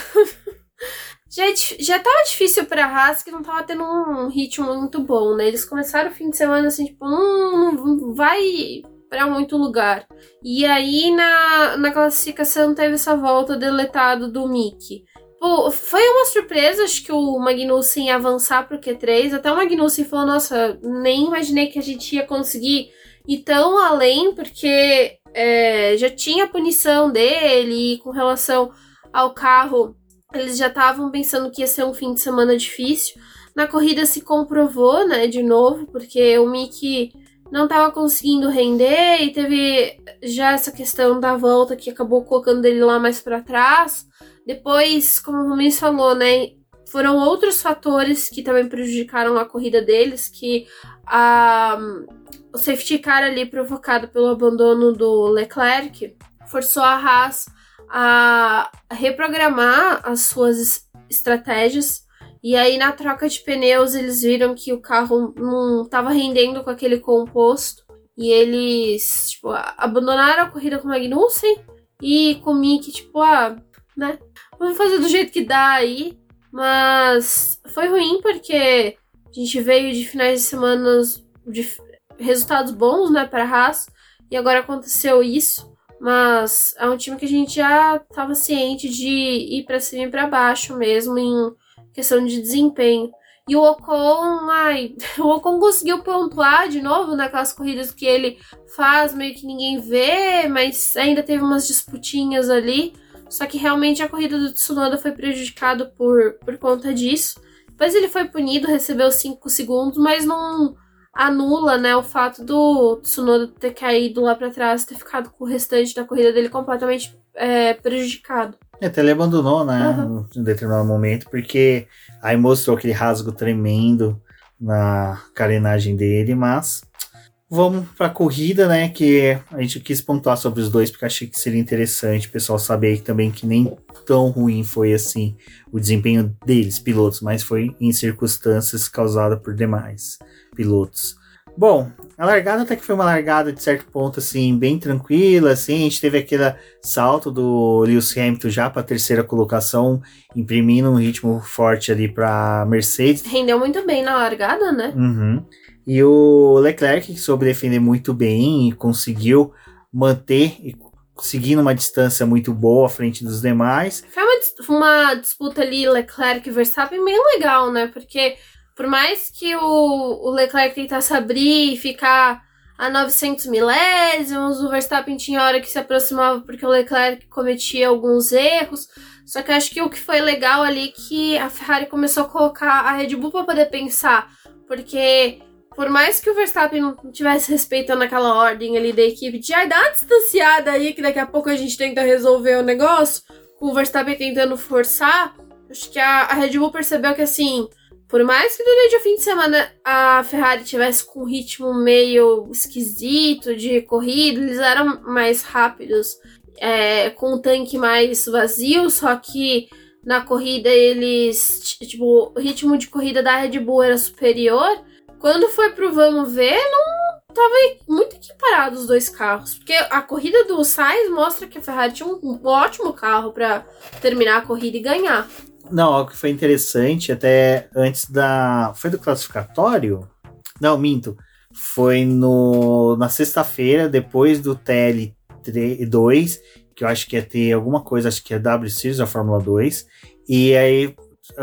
tava difícil pra Haas, que não tava tendo um ritmo muito bom, né? Eles começaram o fim de semana assim, tipo, não vai pra muito lugar. E aí na classificação teve essa volta deletada do Mick. Pô, foi uma surpresa, acho que o Magnussen ia avançar pro Q3. Até o Magnussen falou, nossa, nem imaginei que a gente ia conseguir ir tão além, porque já tinha a punição dele, e com relação ao carro, eles já estavam pensando que ia ser um fim de semana difícil. Na corrida se comprovou, né, de novo, porque o Mick não estava conseguindo render, e teve já essa questão da volta que acabou colocando ele lá mais para trás. Depois, como o Rubens falou, né, foram outros fatores que também prejudicaram a corrida deles, que o safety car ali provocado pelo abandono do Leclerc forçou a Haas a reprogramar as suas estratégias, e aí na troca de pneus eles viram que o carro não estava rendendo com aquele composto, e eles tipo, abandonaram a corrida com o Magnussen e com o Mick, tipo, né, vamos fazer do jeito que dá aí. Mas foi ruim porque a gente veio de finais de semana de resultados bons, né, para a Haas, e agora aconteceu isso. Mas é um time que a gente já estava ciente de ir para cima e para baixo mesmo em questão de desempenho. E o Ocon conseguiu pontuar de novo naquelas corridas que ele faz, meio que ninguém vê, mas ainda teve umas disputinhas ali. Só que realmente a corrida do Tsunoda foi prejudicada por conta disso. Depois ele foi punido, recebeu 5 segundos, mas não anula, né, o fato do Tsunoda ter caído lá pra trás, ter ficado com o restante da corrida dele completamente prejudicado. Até ele abandonou, né? Em determinado momento, porque aí mostrou aquele rasgo tremendo na carenagem dele, mas vamos pra corrida, né? Que a gente quis pontuar sobre os dois, porque achei que seria interessante o pessoal saber também que nem tão ruim foi assim o desempenho deles, pilotos, mas foi em circunstâncias causadas por demais pilotos. Bom, a largada até que foi uma largada de certo ponto, assim, bem tranquila, assim, a gente teve aquele salto do Lewis Hamilton já para a terceira colocação, imprimindo um ritmo forte ali para Mercedes. Rendeu muito bem na largada, né? Uhum. E o Leclerc, que soube defender muito bem e conseguiu manter e seguindo uma distância muito boa à frente dos demais. Foi uma disputa ali, Leclerc e Verstappen, bem legal, né? Porque por mais que o Leclerc tentasse abrir e ficar a 900 milésimos, o Verstappen tinha hora que se aproximava porque o Leclerc cometia alguns erros. Só que eu acho que o que foi legal ali é que a Ferrari começou a colocar a Red Bull para poder pensar. Porque por mais que o Verstappen não estivesse respeitando aquela ordem ali da equipe, de dá uma distanciada aí que daqui a pouco a gente tenta resolver o negócio, com o Verstappen tentando forçar, acho que a Red Bull percebeu que assim, por mais que durante o fim de semana a Ferrari tivesse com um ritmo meio esquisito de corrida, eles eram mais rápidos, com o tanque mais vazio, só que na corrida eles, tipo, o ritmo de corrida da Red Bull era superior. Quando foi pro vamos ver, não tava muito equiparado os dois carros, porque a corrida do Sainz mostra que a Ferrari tinha um ótimo carro para terminar a corrida e ganhar. Não, algo que foi interessante, até antes foi do classificatório? Não, minto. Foi na sexta-feira, depois do TL2, que eu acho que ia ter alguma coisa, acho que é W Series, a Fórmula 2. E aí,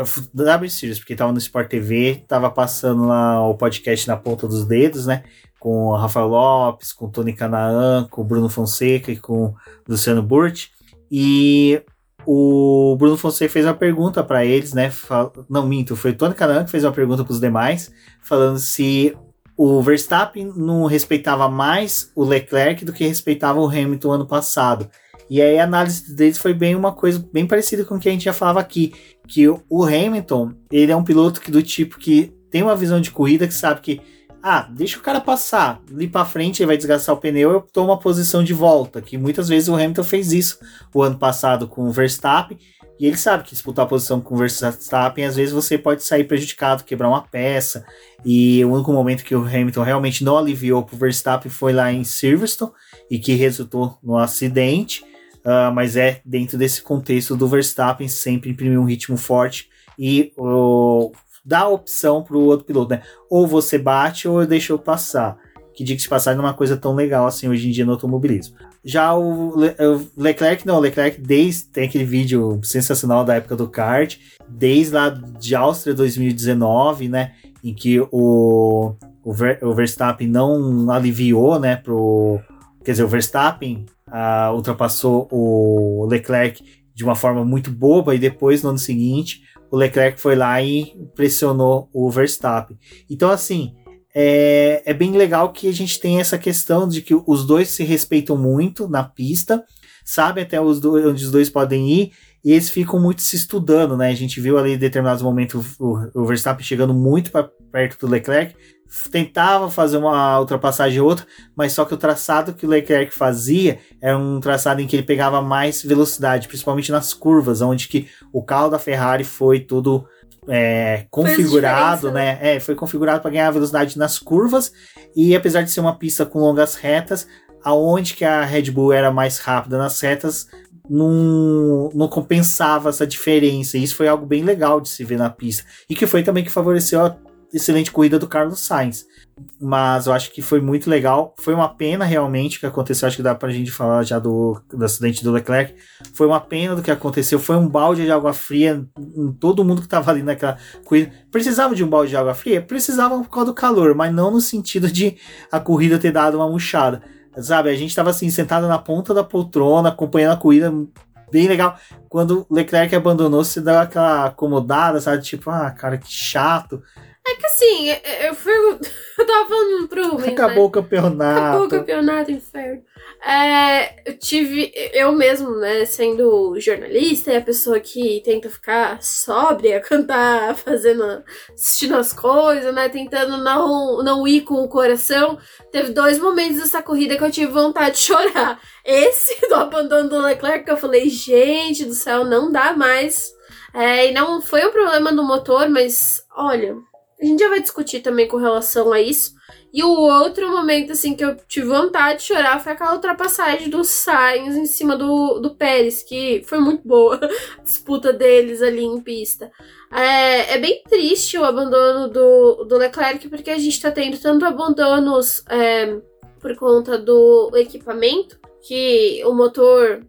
W Series, porque tava no Sport TV, tava passando lá o podcast na ponta dos dedos, né? Com o Rafael Lopes, com o Tony Canaan, com o Bruno Fonseca e com o Luciano Burti. E o Bruno Fonseca fez uma pergunta para eles, né? Não, minto, foi o Tony Canaan que fez uma pergunta para os demais, falando se o Verstappen não respeitava mais o Leclerc do que respeitava o Hamilton ano passado. E aí a análise deles foi bem uma coisa bem parecida com o que a gente já falava aqui, que o Hamilton, ele é um piloto do tipo que tem uma visão de corrida que sabe que deixa o cara passar, ali pra frente ele vai desgastar o pneu, eu tomo uma posição de volta, que muitas vezes o Hamilton fez isso o ano passado com o Verstappen, e ele sabe que disputar a posição com o Verstappen, às vezes você pode sair prejudicado, quebrar uma peça, e o único momento que o Hamilton realmente não aliviou pro Verstappen foi lá em Silverstone, e que resultou no acidente, mas é dentro desse contexto do Verstappen sempre imprimir um ritmo forte e dá a opção pro outro piloto, né? Ou você bate ou deixa eu passar. Que diga-se de passagem não é uma coisa tão legal assim hoje em dia no automobilismo. Já o Leclerc, não, o Leclerc tem aquele vídeo sensacional da época do kart, desde lá de Áustria 2019, né? Em que o Verstappen não aliviou, né? Quer dizer, o Verstappen ultrapassou o Leclerc de uma forma muito boba e depois, no ano seguinte, o Leclerc foi lá e pressionou o Verstappen. Então, assim, é bem legal que a gente tem essa questão de que os dois se respeitam muito na pista, sabem até onde os dois podem ir, e eles ficam muito se estudando, né? A gente viu ali em determinados momentos o Verstappen chegando muito para perto do Leclerc, tentava fazer uma ultrapassagem ou outra, mas só que o traçado que o Leclerc fazia era um traçado em que ele pegava mais velocidade, principalmente nas curvas, onde que o carro da Ferrari foi tudo configurado, né? Foi configurado para ganhar velocidade nas curvas, e apesar de ser uma pista com longas retas, aonde que a Red Bull era mais rápida nas retas, não compensava essa diferença, e isso foi algo bem legal de se ver na pista, e que foi também que favoreceu a excelente corrida do Carlos Sainz. Mas eu acho que foi muito legal. Foi uma pena realmente que aconteceu. Acho que dá pra gente falar já do acidente do Leclerc. Foi uma pena do que aconteceu. Foi um balde de água fria em todo mundo que tava ali naquela corrida. Precisava de um balde de água fria? Precisava por causa do calor, mas não no sentido de a corrida ter dado uma murchada. Sabe, a gente tava assim, sentado na ponta da poltrona, acompanhando a corrida, bem legal. Quando o Leclerc abandonou, você deu aquela acomodada, sabe? Tipo, cara, que chato. É que assim, eu tava falando pro Rubens, Acabou o campeonato. Acabou o campeonato, inferno. Eu mesmo, né, sendo jornalista e a pessoa que tenta ficar sóbria quando tá assistindo as coisas, né, tentando não ir com o coração, teve 2 momentos dessa corrida que eu tive vontade de chorar. Esse do abandono do Leclerc, que eu falei, gente do céu, não dá mais. E não foi um problema do motor, mas, olha, a gente já vai discutir também com relação a isso. E o outro momento, assim, que eu tive vontade de chorar foi aquela ultrapassagem do Sainz em cima do Pérez, que foi muito boa a disputa deles ali em pista. É bem triste o abandono do Leclerc, porque a gente tá tendo tanto abandonos por conta do equipamento, que o motor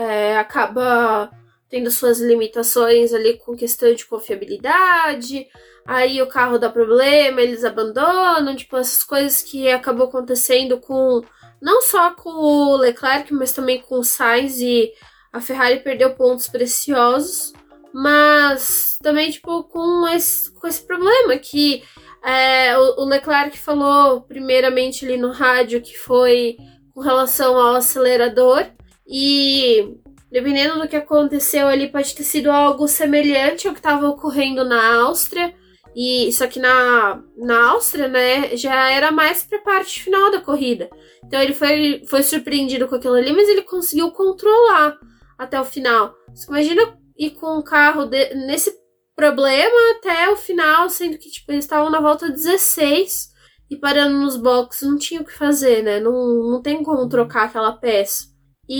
acaba tendo suas limitações ali com questão de confiabilidade, aí o carro dá problema, eles abandonam, tipo, essas coisas que acabou acontecendo não só com o Leclerc, mas também com o Sainz, e a Ferrari perdeu pontos preciosos, mas também, tipo, com esse problema que o Leclerc falou primeiramente ali no rádio, que foi com relação ao acelerador, e dependendo do que aconteceu ali, pode ter sido algo semelhante ao que estava ocorrendo na Áustria. Só que na Áustria, né, já era mais para a parte final da corrida. Então ele foi surpreendido com aquilo ali, mas ele conseguiu controlar até o final. Você imagina ir com o carro nesse problema até o final, sendo que tipo, eles estavam na volta 16 e parando nos boxes, não tinha o que fazer, né? Não tem como trocar aquela peça.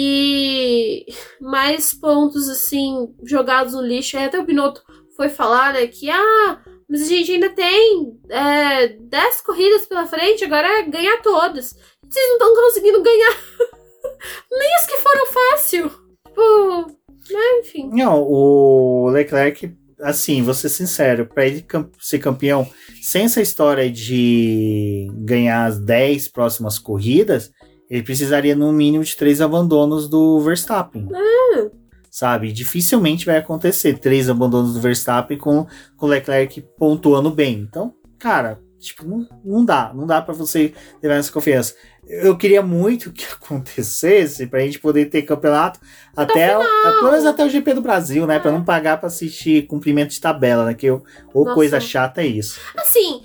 E mais pontos, assim, jogados no lixo. Aí até o Binotto foi falar, né, que mas a gente ainda tem 10 corridas pela frente, agora é ganhar todas. Vocês não estão conseguindo ganhar nem as que foram fácil. Tipo, né, enfim. Não, o Leclerc, assim, vou ser sincero, pra ele ser campeão, sem essa história de ganhar as 10 próximas corridas, ele precisaria no mínimo de 3 abandonos do Verstappen. Sabe? Dificilmente vai acontecer 3 abandonos do Verstappen com o Leclerc pontuando bem. Então, cara, tipo, não dá pra você levar essa confiança. Eu queria muito que acontecesse pra gente poder ter campeonato pelo menos até o GP do Brasil, né? Pra não pagar pra assistir cumprimento de tabela, né? Coisa chata é isso. Assim,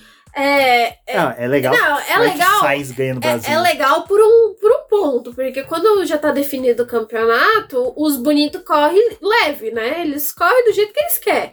é legal. Não, é legal. Sainz ganha no Brasil. É legal por um ponto, porque quando já tá definido o campeonato, os bonitos correm leve, né? Eles correm do jeito que eles querem.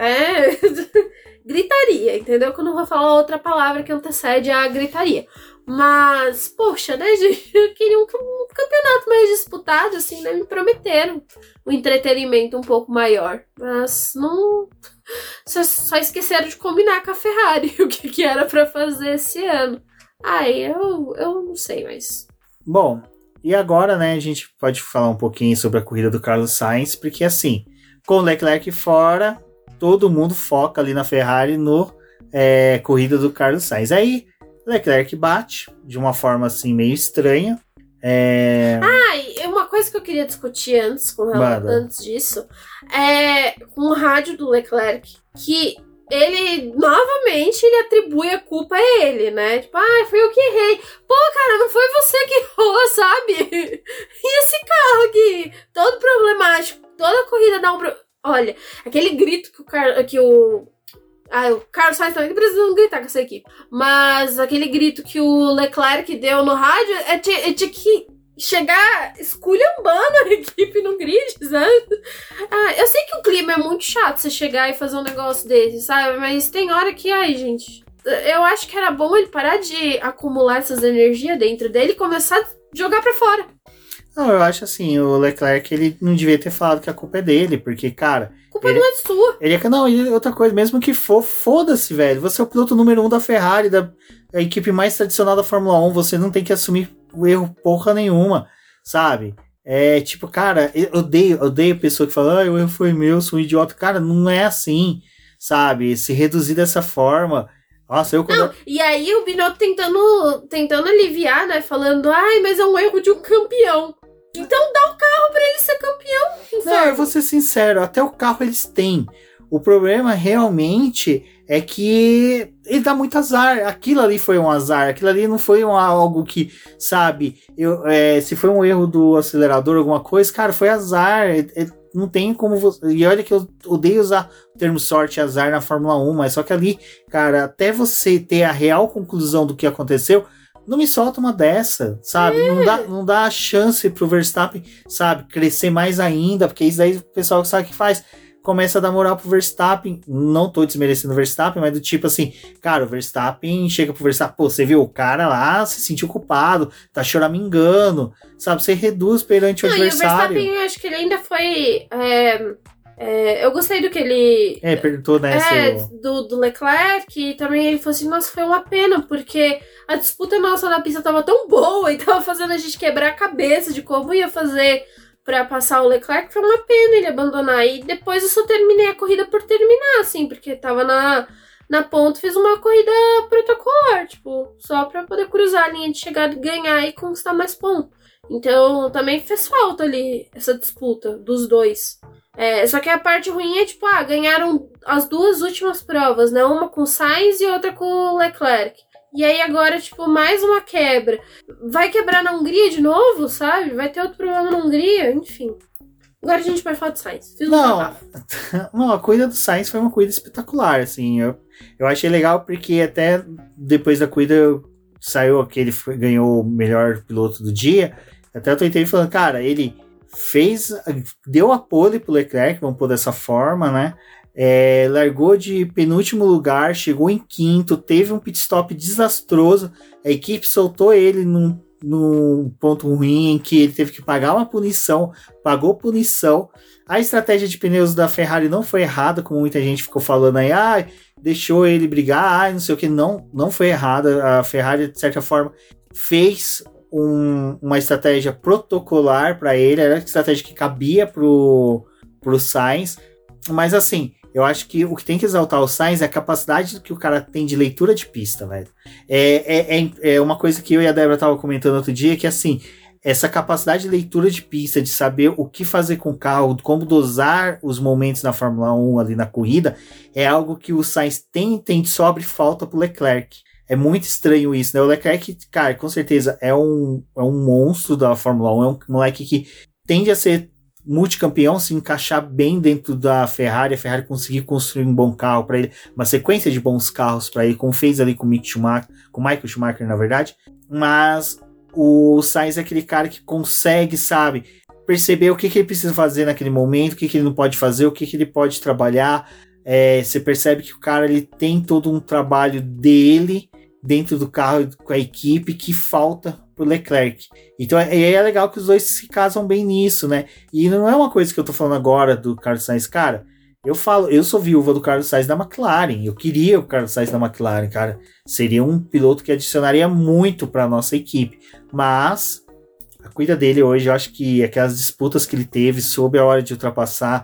Gritaria, entendeu? Que eu não vou falar outra palavra que antecede a gritaria. Mas, poxa, né, gente? Eu queria um campeonato mais disputado, assim, né? Me prometeram um entretenimento um pouco maior. Mas não. Só esqueceram de combinar com a Ferrari o que era pra fazer esse ano. Eu não sei, mas... Bom, e agora, né, a gente pode falar um pouquinho sobre a corrida do Carlos Sainz, porque assim, com o Leclerc fora, todo mundo foca ali na Ferrari no corrida do Carlos Sainz. Aí, Leclerc bate de uma forma assim meio estranha. Uma coisa que eu queria discutir antes disso com o rádio do Leclerc, que ele novamente atribui a culpa a ele, né? Tipo, foi eu que errei. Pô, cara, não foi você que errou, sabe? E esse carro aqui, todo problemático, toda corrida dá um Olha, aquele grito que o Carlos Sainz também precisa não gritar com essa equipe. Mas aquele grito que o Leclerc deu no rádio tinha que chegar esculhambando a equipe no grid, sabe? Eu sei que o clima é muito chato você chegar e fazer um negócio desse, sabe? Mas tem hora que, gente, eu acho que era bom ele parar de acumular essas energias dentro dele e começar a jogar pra fora. Não, eu acho assim, o Leclerc, ele não devia ter falado que a culpa é dele, porque, cara... A culpa não é sua. Outra coisa, mesmo que foda-se, velho. Você é o piloto número 1 da Ferrari, da equipe mais tradicional da Fórmula 1, você não tem que assumir o erro porra nenhuma, sabe? Tipo, cara, eu odeio pessoa que fala, o erro foi meu, sou um idiota. Cara, não é assim, sabe? Se reduzir dessa forma... Nossa, e aí o Binotto tentando aliviar, né? Falando, mas é um erro de um campeão. Então dá o carro pra ele ser campeão. Não, eu vou ser sincero, até o carro eles têm. O problema realmente é que ele dá muito azar. Aquilo ali foi um azar. Aquilo ali não foi algo que, sabe, se foi um erro do acelerador, alguma coisa, cara, foi azar. Não tem como você... E olha que eu odeio usar o termo sorte e azar na Fórmula 1, mas só que ali, cara, até você ter a real conclusão do que aconteceu, não me solta uma dessa, sabe? Não dá chance pro Verstappen, sabe, crescer mais ainda, porque isso aí o pessoal sabe o que faz. Começa a dar moral pro Verstappen. Não tô desmerecendo o Verstappen, mas do tipo assim, cara, o Verstappen chega pro Verstappen, pô, você viu, o cara lá se sentiu culpado, tá choramingando, sabe? Você reduz perante o adversário. E o Verstappen, acho que ele ainda foi... eu gostei do que ele... perguntou, né? Do Leclerc, e também ele falou assim, nossa, foi uma pena, porque a disputa nossa na pista tava tão boa e tava fazendo a gente quebrar a cabeça de como ia fazer pra passar o Leclerc, foi uma pena ele abandonar. E depois eu só terminei a corrida por terminar, assim, porque tava na ponta, fiz uma corrida protocolar, tipo, só pra poder cruzar a linha de chegada e ganhar e conquistar mais pontos. Então, também fez falta ali essa disputa dos dois. Só que a parte ruim é, tipo, ganharam as duas últimas provas, né? Uma com o Sainz e outra com o Leclerc. E aí agora, tipo, mais uma quebra. Vai quebrar na Hungria de novo, sabe? Vai ter outro problema na Hungria, enfim. Agora a gente vai falar do Sainz. Não, a corrida do Sainz foi uma corrida espetacular, assim. Eu achei legal porque até depois da corrida saiu que ele ganhou o melhor piloto do dia. Até eu tentei falando, cara, ele deu a pole pro Leclerc, vamos pôr dessa forma, né? Largou de penúltimo lugar, chegou em quinto, teve um pit stop desastroso, a equipe soltou ele num ponto ruim em que ele teve que pagar uma punição, pagou punição. A estratégia de pneus da Ferrari não foi errada, como muita gente ficou falando aí, deixou ele brigar, não sei o que, não foi errada. A Ferrari, de certa forma, fez uma estratégia protocolar para ele, era a estratégia que cabia pro Sainz, mas assim, eu acho que o que tem que exaltar o Sainz é a capacidade que o cara tem de leitura de pista, velho. É uma coisa que eu e a Débora tava comentando outro dia, que assim, essa capacidade de leitura de pista, de saber o que fazer com o carro, como dosar os momentos na Fórmula 1 ali na corrida, é algo que o Sainz tem de sobra e falta pro Leclerc. É muito estranho isso, né? O Leclerc, cara, com certeza é um monstro da Fórmula 1, é um moleque que tende a ser multicampeão, se encaixar bem dentro da Ferrari, a Ferrari conseguir construir um bom carro para ele, uma sequência de bons carros para ele, como fez ali com o Michael Schumacher, na verdade. Mas o Sainz é aquele cara que consegue, sabe, perceber o que ele precisa fazer naquele momento, o que ele não pode fazer, o que ele pode trabalhar. Você percebe que o cara ele tem todo um trabalho dele dentro do carro com a equipe que falta pro Leclerc. Então é legal que os dois se casam bem nisso, né? E não é uma coisa que eu tô falando agora do Carlos Sainz, cara. Eu sou viúva do Carlos Sainz da McLaren. Eu queria o Carlos Sainz da McLaren, cara. Seria um piloto que adicionaria muito pra nossa equipe. Mas a corrida dele hoje, eu acho que aquelas disputas que ele teve sobre a hora de ultrapassar,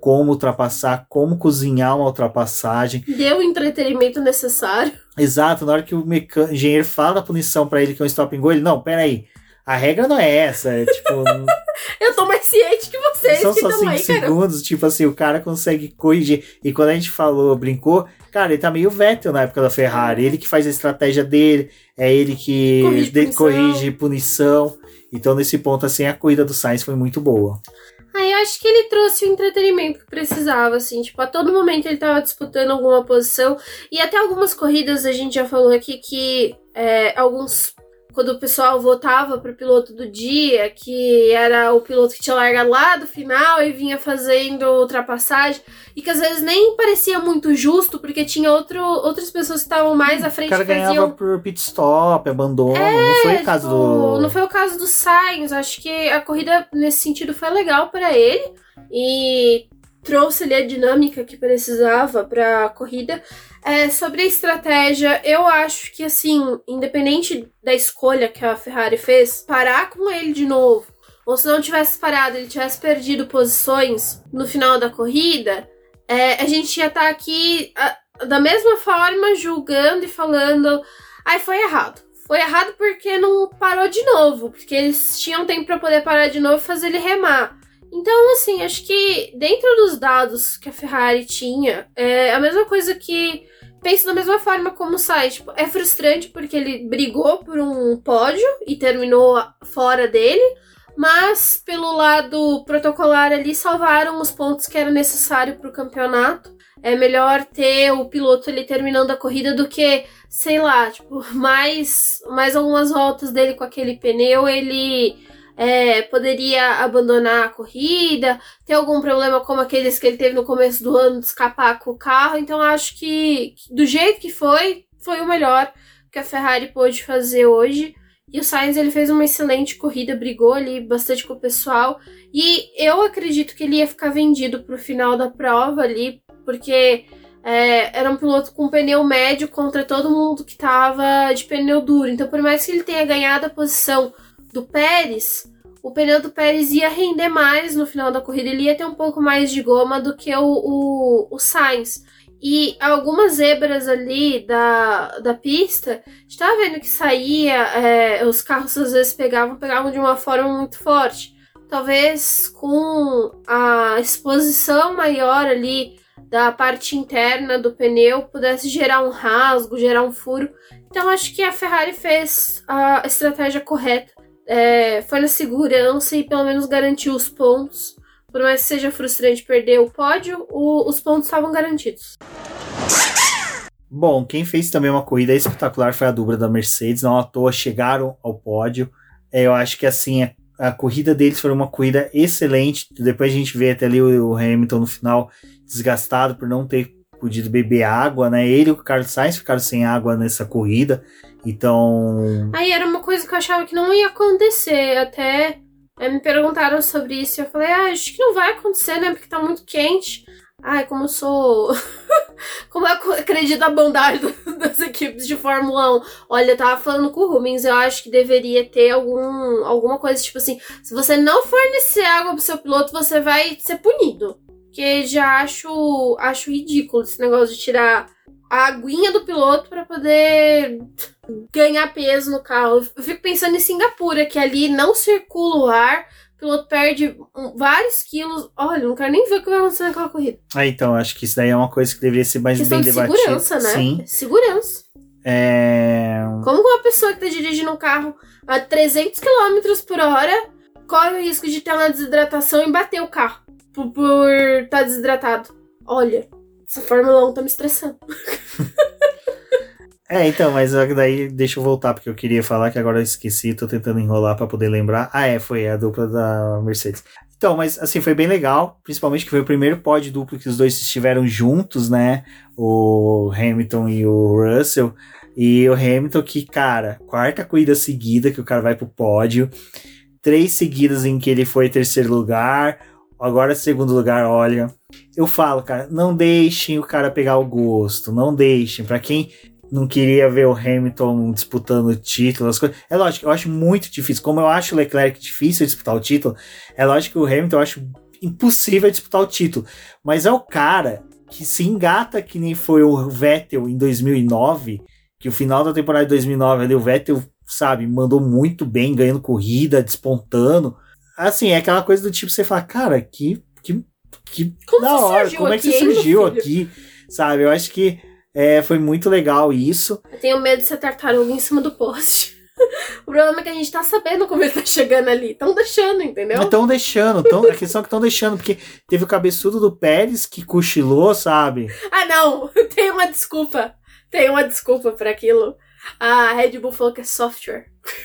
como cozinhar uma ultrapassagem. Deu o entretenimento necessário. Exato, na hora que o engenheiro fala a punição pra ele que é um stop and go, ele, não, peraí, a regra não é essa, tipo... Eu tô mais ciente que vocês são que só 5 segundos, tipo assim, o cara consegue corrigir, e quando a gente brincou, cara, ele tá meio Vettel na época da Ferrari, ele que faz a estratégia dele, é ele que corrige punição, então nesse ponto, assim, a corrida do Sainz foi muito boa. Eu acho que ele trouxe o entretenimento que precisava, assim, tipo, a todo momento ele tava disputando alguma posição, e até algumas corridas a gente já falou aqui que quando o pessoal votava pro piloto do dia, que era o piloto que tinha largado lá do final e vinha fazendo ultrapassagem, e que às vezes nem parecia muito justo, porque tinha outras pessoas que estavam mais à frente. O cara ganhava por pit stop, abandono, não foi o caso do... Não foi o caso do Sainz, acho que a corrida nesse sentido foi legal para ele, e trouxe ali a dinâmica que precisava para a corrida. Sobre a estratégia, eu acho que, assim, independente da escolha que a Ferrari fez, parar com ele de novo, ou se não tivesse parado, ele tivesse perdido posições no final da corrida, a gente ia estar aqui da mesma forma julgando e falando, foi errado. Foi errado porque não parou de novo, porque eles tinham tempo para poder parar de novo e fazer ele remar. Então, assim, acho que dentro dos dados que a Ferrari tinha, é a mesma coisa que... Penso da mesma forma como o Sainz. Tipo, é frustrante porque ele brigou por um pódio e terminou fora dele, mas pelo lado protocolar ali salvaram os pontos que era necessário para o campeonato. É melhor ter o piloto ali terminando a corrida do que, sei lá, tipo, mais algumas voltas dele com aquele pneu, ele poderia abandonar a corrida, ter algum problema como aqueles que ele teve no começo do ano de escapar com o carro. Então acho que do jeito que foi o melhor que a Ferrari pôde fazer hoje. E o Sainz, ele fez uma excelente corrida, brigou ali bastante com o pessoal. E eu acredito que ele ia ficar vendido pro final da prova ali, porque era um piloto com pneu médio contra todo mundo que tava de pneu duro. Então, por mais que ele tenha ganhado a posição do Pérez, o pneu do Pérez ia render mais no final da corrida. Ele ia ter um pouco mais de goma do que o Sainz. E algumas zebras ali da pista, a gente tava vendo que saía, os carros às vezes pegavam de uma forma muito forte. Talvez com a exposição maior ali da parte interna do pneu pudesse gerar um rasgo, gerar um furo. Então acho que a Ferrari fez a estratégia correta. Foi na segurança e pelo menos garantiu os pontos. Por mais que seja frustrante perder o pódio, os pontos estavam garantidos. Bom, quem fez também uma corrida espetacular foi a dupla da Mercedes. Não à toa chegaram ao pódio. Eu acho que assim, a corrida deles foi uma corrida excelente. Depois a gente vê até ali o Hamilton no final desgastado por não ter podido beber água, né? Ele e o Carlos Sainz ficaram sem água nessa corrida. Então... Aí era uma coisa que eu achava que não ia acontecer. Até... me perguntaram sobre isso e eu falei, acho que não vai acontecer, né? Porque tá muito quente. Como eu sou... como eu acredito na bondade das equipes de Fórmula 1. Olha, eu tava falando com o Rubens, eu acho que deveria ter alguma coisa, tipo assim, se você não fornecer água pro seu piloto, você vai ser punido. Porque já acho ridículo esse negócio de tirar a aguinha do piloto pra poder ganhar peso no carro. Eu fico pensando em Singapura, que ali não circula o ar, o piloto perde vários quilos. Olha, não quero nem ver o que vai acontecer naquela corrida. Então, acho que isso daí é uma coisa que deveria ser mais bem debatida. Segurança, né? Sim. Segurança. Como que uma pessoa que tá dirigindo um carro a 300 km por hora corre o risco de ter uma desidratação e bater o carro por estar desidratado? Olha, essa Fórmula 1 tá me estressando. Então, mas daí deixa eu voltar, porque eu queria falar que agora eu esqueci, tô tentando enrolar pra poder lembrar. Foi a dupla da Mercedes. Então, mas assim, foi bem legal, principalmente que foi o primeiro pódio duplo que os dois estiveram juntos, né? O Hamilton e o Russell. E o Hamilton que, cara, quarta corrida seguida que o cara vai pro pódio. 3 seguidas em que ele foi terceiro lugar. Agora segundo lugar, olha. Eu falo, cara, não deixem o cara pegar o gosto. Não deixem. Pra quem não queria ver o Hamilton disputando o título, as coisas. É lógico, eu acho muito difícil. Como eu acho o Leclerc difícil disputar o título, é lógico que o Hamilton eu acho impossível disputar o título. Mas é o cara que se engata que nem foi o Vettel em 2009, que o final da temporada de 2009 ali, o Vettel, sabe, mandou muito bem, ganhando corrida, despontando. Assim, é aquela coisa do tipo, você fala, cara, que da hora, como é que você surgiu aqui, sabe? Eu acho que foi muito legal isso. Eu tenho medo de ser tartaruga em cima do poste. O problema é que a gente tá sabendo como ele tá chegando ali. Estão deixando, entendeu? Estão deixando. A questão é que estão deixando, porque teve o cabeçudo do Pérez que cochilou, sabe? Não. Tem uma desculpa pra aquilo. A Red Bull falou que é software.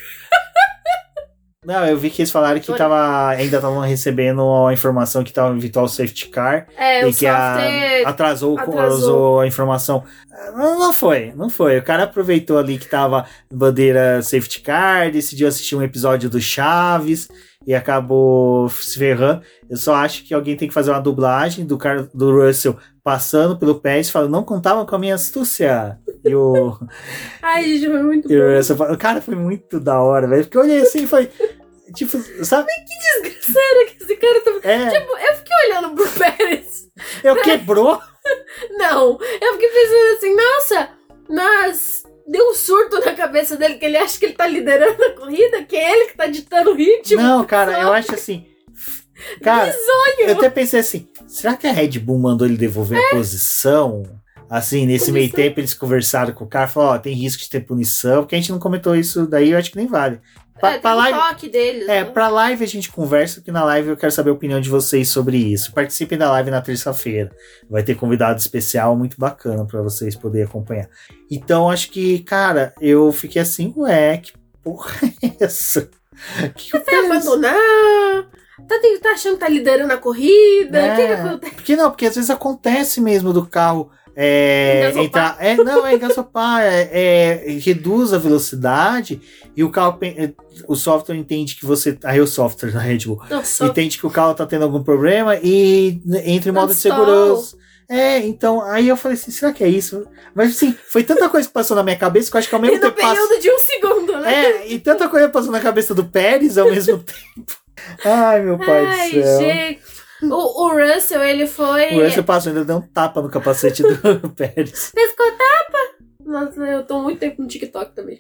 Não, eu vi que eles falaram que ainda estavam recebendo a informação que estava em virtual safety car e que atrasou a informação. Não foi. O cara aproveitou ali que tava bandeira safety car, decidiu assistir um episódio do Chaves e acabou se ferrando. Eu só acho que alguém tem que fazer uma dublagem do Russell passando pelo Pérez e falando, não contavam com a minha astúcia. E o... Ai, gente, foi muito bom. O Russell falou, cara, foi muito da hora, velho. Porque eu olhei assim e falei, tipo, sabe? Que desgraçada que esse cara tá... Tipo, eu fiquei olhando pro Pérez. Quebrou? Não, eu fiquei pensando assim, nossa, mas deu um surto na cabeça dele, que ele acha que ele tá liderando a corrida, que é ele que tá ditando o ritmo. Não, cara, eu acho assim... Cara, eu até pensei assim, será que a Red Bull mandou ele devolver a posição? Assim, nesse meio tempo eles conversaram com o cara, falaram, tem risco de ter punição, porque a gente não comentou isso daí, eu acho que nem vale. Pra live, toque deles, né? Pra live a gente conversa, porque na live eu quero saber a opinião de vocês sobre isso. Participem da live na terça-feira. Vai ter convidado especial muito bacana pra vocês poderem acompanhar. Então, acho que, cara, eu fiquei assim, ué, que porra é essa? Que vai abandonar? Tá achando que tá liderando a corrida? O que acontece? Porque às vezes acontece mesmo do carro engasopar. Engasopar, reduz a velocidade e o carro, o software entende que você, aí o software da Red Bull entende que o carro tá tendo algum problema e entra em modo de segurança. Então, aí eu falei assim, será que é isso? Mas assim, foi tanta coisa que passou na minha cabeça que eu acho que ao mesmo tempo período de 1 segundo, né? E tanta coisa passou na cabeça do Pérez ao mesmo tempo. Ai, meu pai do céu. Gente. O Russell, ele foi... O Russell passou, ainda deu um tapa no capacete do Pérez. Pescou tapa? Nossa, eu tô muito tempo no TikTok também.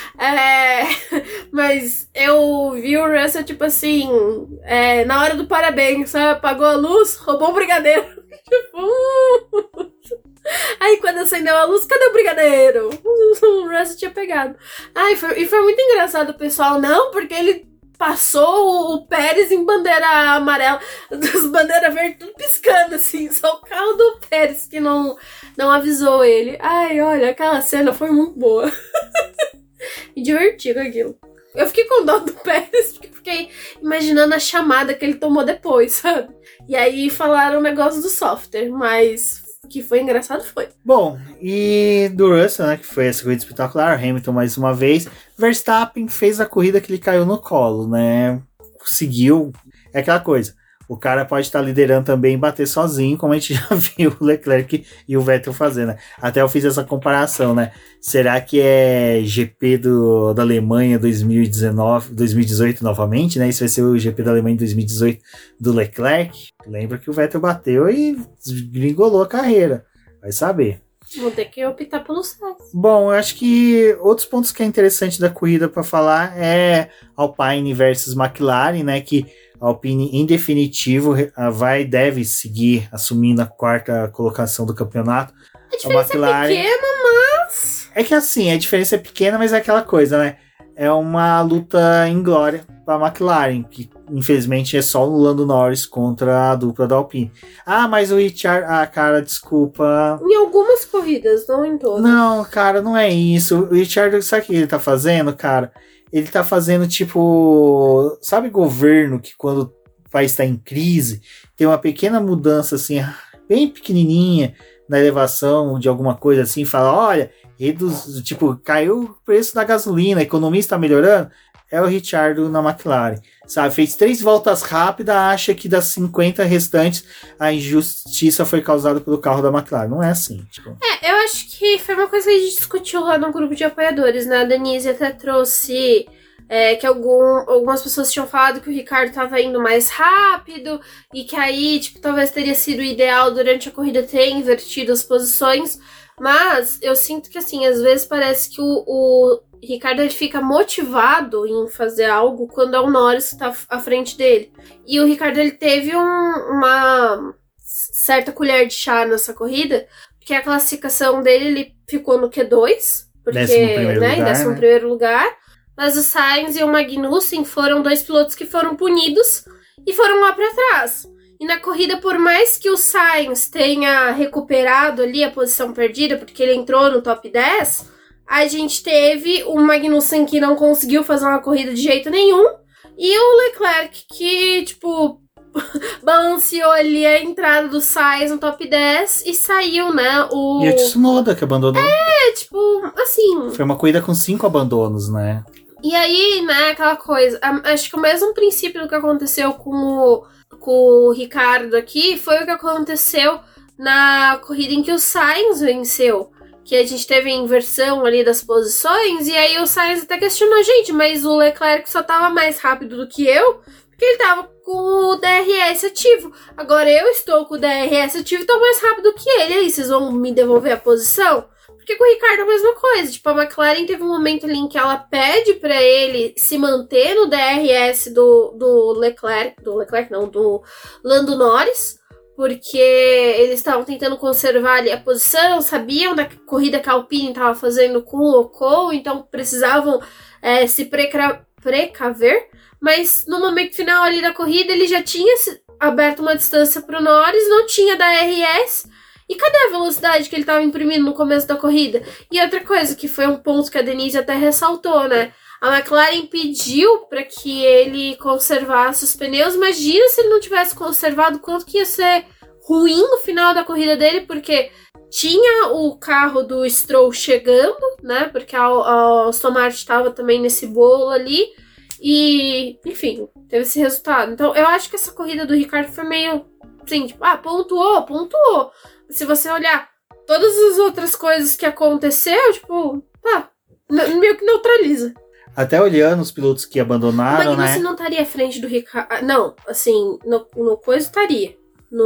Mas eu vi o Russell, tipo assim, na hora do parabéns, sabe? Apagou a luz, roubou o brigadeiro. Tipo... Aí quando acendeu a luz, cadê o brigadeiro? O Russell tinha pegado. E foi muito engraçado o pessoal, não, porque ele passou o Pérez em bandeira amarela, as bandeiras verdes tudo piscando, assim, só o carro do Pérez que não avisou ele. Ai, olha, aquela cena foi muito boa. Me diverti com aquilo. Eu fiquei com dó do Pérez, porque eu fiquei imaginando a chamada que ele tomou depois, sabe? E aí falaram o negócio do software, mas... que foi engraçado, foi. Bom, e do Russell, né, que foi essa corrida espetacular, Hamilton mais uma vez, Verstappen fez a corrida que ele caiu no colo, né, conseguiu, é aquela coisa, o cara pode estar liderando também e bater sozinho, como a gente já viu o Leclerc e o Vettel fazendo, né? Até eu fiz essa comparação, né, será que é GP da Alemanha 2018 novamente, né, isso vai ser o GP da Alemanha em 2018 do Leclerc? Lembra que o Vettel bateu e desgringolou a carreira, vai saber. Vou ter que optar pelo Sainz. Bom, eu acho que outros pontos que é interessante da corrida para falar é Alpine versus McLaren, né, que a Alpine, em definitivo, deve seguir assumindo a 4ª colocação do campeonato. A diferença é pequena, mas... É que assim, a diferença é pequena, mas é aquela coisa, né? É uma luta em glória para a McLaren, que infelizmente é só o Lando Norris contra a dupla da Alpine. Mas o Richard... cara, desculpa. Em algumas corridas, não em todas. Não, cara, não é isso. O Richard, sabe o que ele tá fazendo, cara? Ele tá fazendo tipo... Sabe governo que quando o país tá em crise, tem uma pequena mudança assim, bem pequenininha na elevação de alguma coisa assim, fala, olha, caiu o preço da gasolina, a economia está melhorando. É o Ricciardo na McLaren, sabe? Fez 3 voltas rápidas, acha que das 50 restantes a injustiça foi causada pelo carro da McLaren. Não é assim. Tipo... eu acho que foi uma coisa que a gente discutiu lá no grupo de apoiadores, né? A Denise até trouxe que algumas pessoas tinham falado que o Ricardo estava indo mais rápido e que aí, tipo, talvez teria sido ideal durante a corrida ter invertido as posições. Mas eu sinto que, assim, às vezes parece que o Ricardo ele fica motivado em fazer algo quando é o Norris que tá à frente dele. E o Ricardo ele teve uma certa colher de chá nessa corrida, porque a classificação dele ele ficou no Q2, porque, em 11º lugar. Mas o Sainz e o Magnussen foram 2 pilotos que foram punidos e foram lá para trás. E na corrida, por mais que o Sainz tenha recuperado ali a posição perdida, porque ele entrou no top 10, a gente teve o Magnussen que não conseguiu fazer uma corrida de jeito nenhum, e o Leclerc que, tipo, balanceou ali a entrada do Sainz no top 10 e saiu, né? E o Tsunoda que abandonou. Tipo, assim... Foi uma corrida com 5 abandonos, né? E aí, né, aquela coisa... Acho que o mesmo princípio do que aconteceu com o Ricardo aqui foi o que aconteceu na corrida em que o Sainz venceu. Que a gente teve a inversão ali das posições, e aí o Sainz até questionou, gente, mas o Leclerc só tava mais rápido do que eu, porque ele tava com o DRS ativo. Agora eu estou com o DRS ativo e tô mais rápido que ele. Aí vocês vão me devolver a posição? Porque com o Ricciardo é a mesma coisa. Tipo, a McLaren teve um momento ali em que ela pede pra ele se manter no DRS do Leclerc. Do Leclerc, não, do Lando Norris. Porque eles estavam tentando conservar ali a posição, sabiam da corrida que a Alpine estava fazendo com o Ocon, então precisavam se precaver. Mas no momento final ali da corrida, ele já tinha aberto uma distância para o Norris, não tinha DRS. E cadê a velocidade que ele estava imprimindo no começo da corrida? E outra coisa, que foi um ponto que a Denise até ressaltou, né? A McLaren pediu para que ele conservasse os pneus. Imagina se ele não tivesse conservado, quanto que ia ser ruim no final da corrida dele, porque tinha o carro do Stroll chegando, né? Porque a Aston Martin estava também nesse bolo ali. E, enfim, teve esse resultado. Então, eu acho que essa corrida do Ricciardo foi meio assim, tipo, pontuou. Se você olhar todas as outras coisas que aconteceu, tipo, meio que neutraliza. Até olhando os pilotos que abandonaram, o Magnussen não estaria à frente do Ricciardo. Não, assim, no coisa estaria.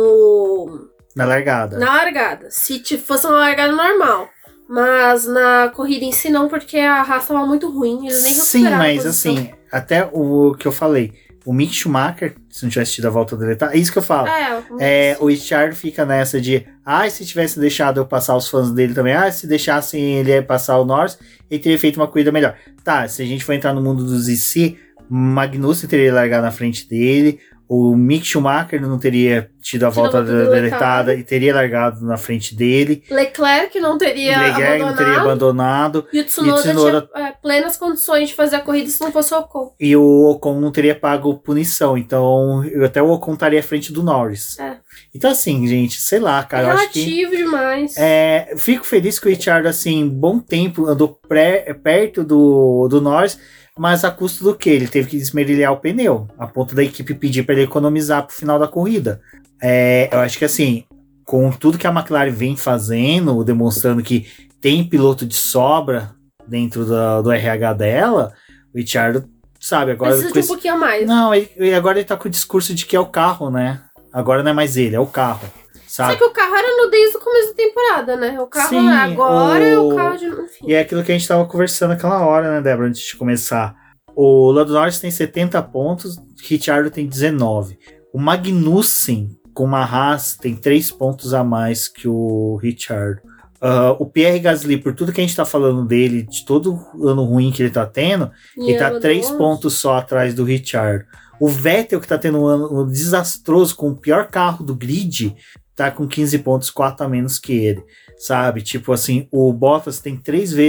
Na largada. Na largada. Se fosse uma largada normal. Mas na corrida em si não, porque a Haas estava muito ruim. Eles nem Sim, mas assim, até o que eu falei. O Mick Schumacher, se não tivesse tido a volta deletada, é isso que eu falo. O Ricciardo fica nessa de, se tivesse deixado eu passar os fãs dele também, se deixassem ele passar o Norris, ele teria feito uma corrida melhor. Tá, se a gente for entrar no mundo dos IC, Magnussen teria largado na frente dele, o Mick Schumacher não teria tido a volta deletada e teria largado na frente dele. Leclerc não teria abandonado. E o Tsunoda tinha plenas condições de fazer a corrida se não fosse o Ocon. E o Ocon não teria pago punição. Então, até o Ocon estaria à frente do Norris. Então, assim, gente, sei lá, cara. Relativo demais. Fico feliz que o Ricciardo, assim, bom tempo andou perto do Norris. Mas a custo do quê? Ele teve que esmerilhar o pneu, a ponto da equipe pedir para ele economizar pro final da corrida. Eu acho que assim, com tudo que a McLaren vem fazendo, demonstrando que tem piloto de sobra dentro do RH dela, o Ricciardo, sabe, agora... Precisa de um pouquinho a mais. Não, agora ele tá com o discurso de que é o carro, né? Agora não é mais ele, é o carro. Sabe? Só que o carro era desde o começo da temporada, né? O carro agora é o carro de... Enfim. E é aquilo que a gente tava conversando naquela hora, né, Débora, antes de começar. O Lando Norris tem 70 pontos, Ricciardo tem 19. O Magnussen, com uma Haas, tem 3 pontos a mais que o Ricciardo. O Pierre Gasly, por tudo que a gente tá falando dele, de todo o ano ruim que ele tá tendo, ele tá 3 pontos só atrás do Ricciardo. O Vettel, que tá tendo um ano desastroso, com o pior carro do grid, tá com 15 pontos, 4 a menos que ele, sabe? Tipo assim, o Bottas tem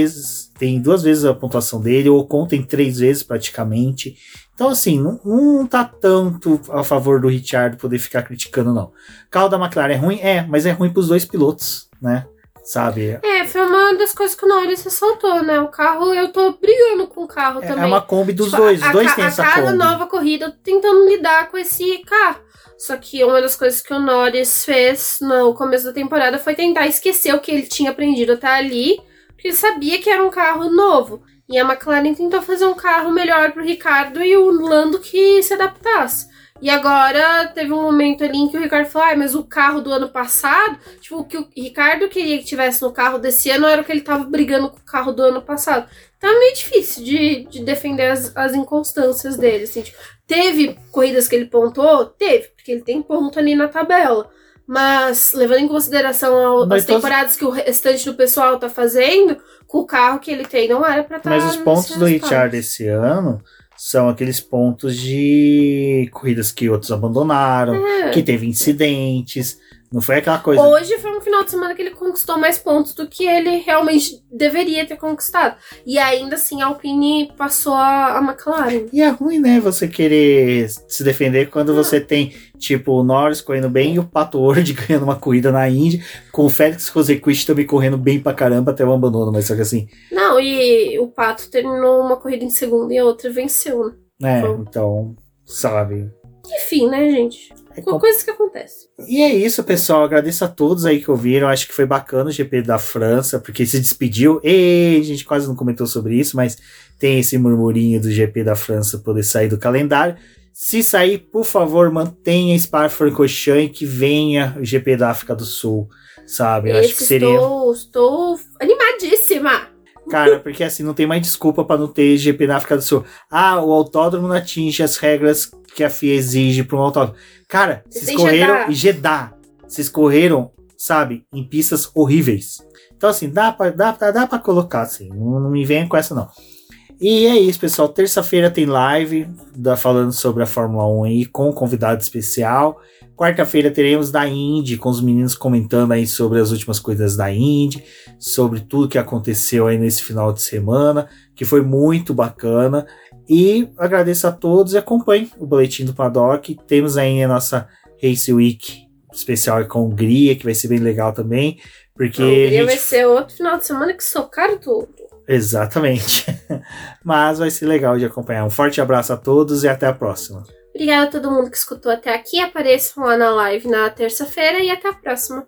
2 vezes a pontuação dele, o Ocon tem 3 vezes praticamente. Então assim, não tá tanto a favor do Ricciardo poder ficar criticando, não. O carro da McLaren é ruim? Mas é ruim pros dois pilotos, né? Sabe? Foi uma das coisas que o Norris ressaltou, né? O carro, eu tô brigando com o carro também. É uma Kombi dos dois, os dois têm essa Kombi. A cada nova corrida eu tô tentando lidar com esse carro. Só que uma das coisas que o Norris fez no começo da temporada foi tentar esquecer o que ele tinha aprendido até ali, porque ele sabia que era um carro novo. E a McLaren tentou fazer um carro melhor pro Ricciardo e o Lando que se adaptasse. E agora teve um momento ali em que o Ricciardo falou, mas o carro do ano passado, tipo, o que o Ricciardo queria que tivesse no carro desse ano era o que ele tava brigando com o carro do ano passado. Então é meio difícil de defender as inconstâncias dele, assim, tipo, teve corridas que ele pontuou? Teve, porque ele tem ponto ali na tabela. Mas, levando em consideração as temporadas que o restante do pessoal tá fazendo, com o carro que ele tem, não era pra estar... Mas os pontos do Ricciardo esse ano são aqueles pontos de corridas que outros abandonaram, que teve incidentes. Não foi aquela coisa... Hoje foi um final de semana que ele conquistou mais pontos do que ele realmente deveria ter conquistado. E ainda assim a Alpine passou a McLaren. E é ruim, né, você querer se defender quando você tem, tipo, o Norris correndo bem e o Pato Ward ganhando uma corrida na Indy, com o Félix Rosenqvist também correndo bem pra caramba até o abandono, mas só que assim... Não, e o Pato terminou uma corrida em segundo e a outra venceu, né? Então, sabe... Enfim, né, gente? Coisas que acontecem. E é isso, pessoal. Agradeço a todos aí que ouviram. Acho que foi bacana o GP da França, porque se despediu. A gente quase não comentou sobre isso, mas tem esse murmurinho do GP da França poder sair do calendário. Se sair, por favor, mantenha Spa-Francorchamps e que venha o GP da África do Sul, sabe? Eu acho que seria... Estou animadíssima! Cara, porque assim, não tem mais desculpa pra não ter GP na África do Sul. Ah, o autódromo não atinge as regras que a FIA exige pra um autódromo. Cara, vocês correram em Jeddah. Vocês correram, sabe, em pistas horríveis. Então assim, dá pra colocar, assim. Não me venha com essa, não. E é isso, pessoal. Terça-feira tem live falando sobre a Fórmula 1 aí, com um convidado especial. Quarta-feira teremos da Indy, com os meninos comentando aí sobre as últimas coisas da Indy, sobre tudo que aconteceu aí nesse final de semana, que foi muito bacana. E agradeço a todos e acompanhem o Boletim do Paddock. Temos aí a nossa Race Week especial com a Hungria, que vai ser bem legal também. Porque a Hungria vai ser outro final de semana que socaram tudo. Exatamente. Mas vai ser legal de acompanhar. Um forte abraço a todos e até a próxima. Obrigada a todo mundo que escutou até aqui. Apareçam lá na live na terça-feira e até a próxima.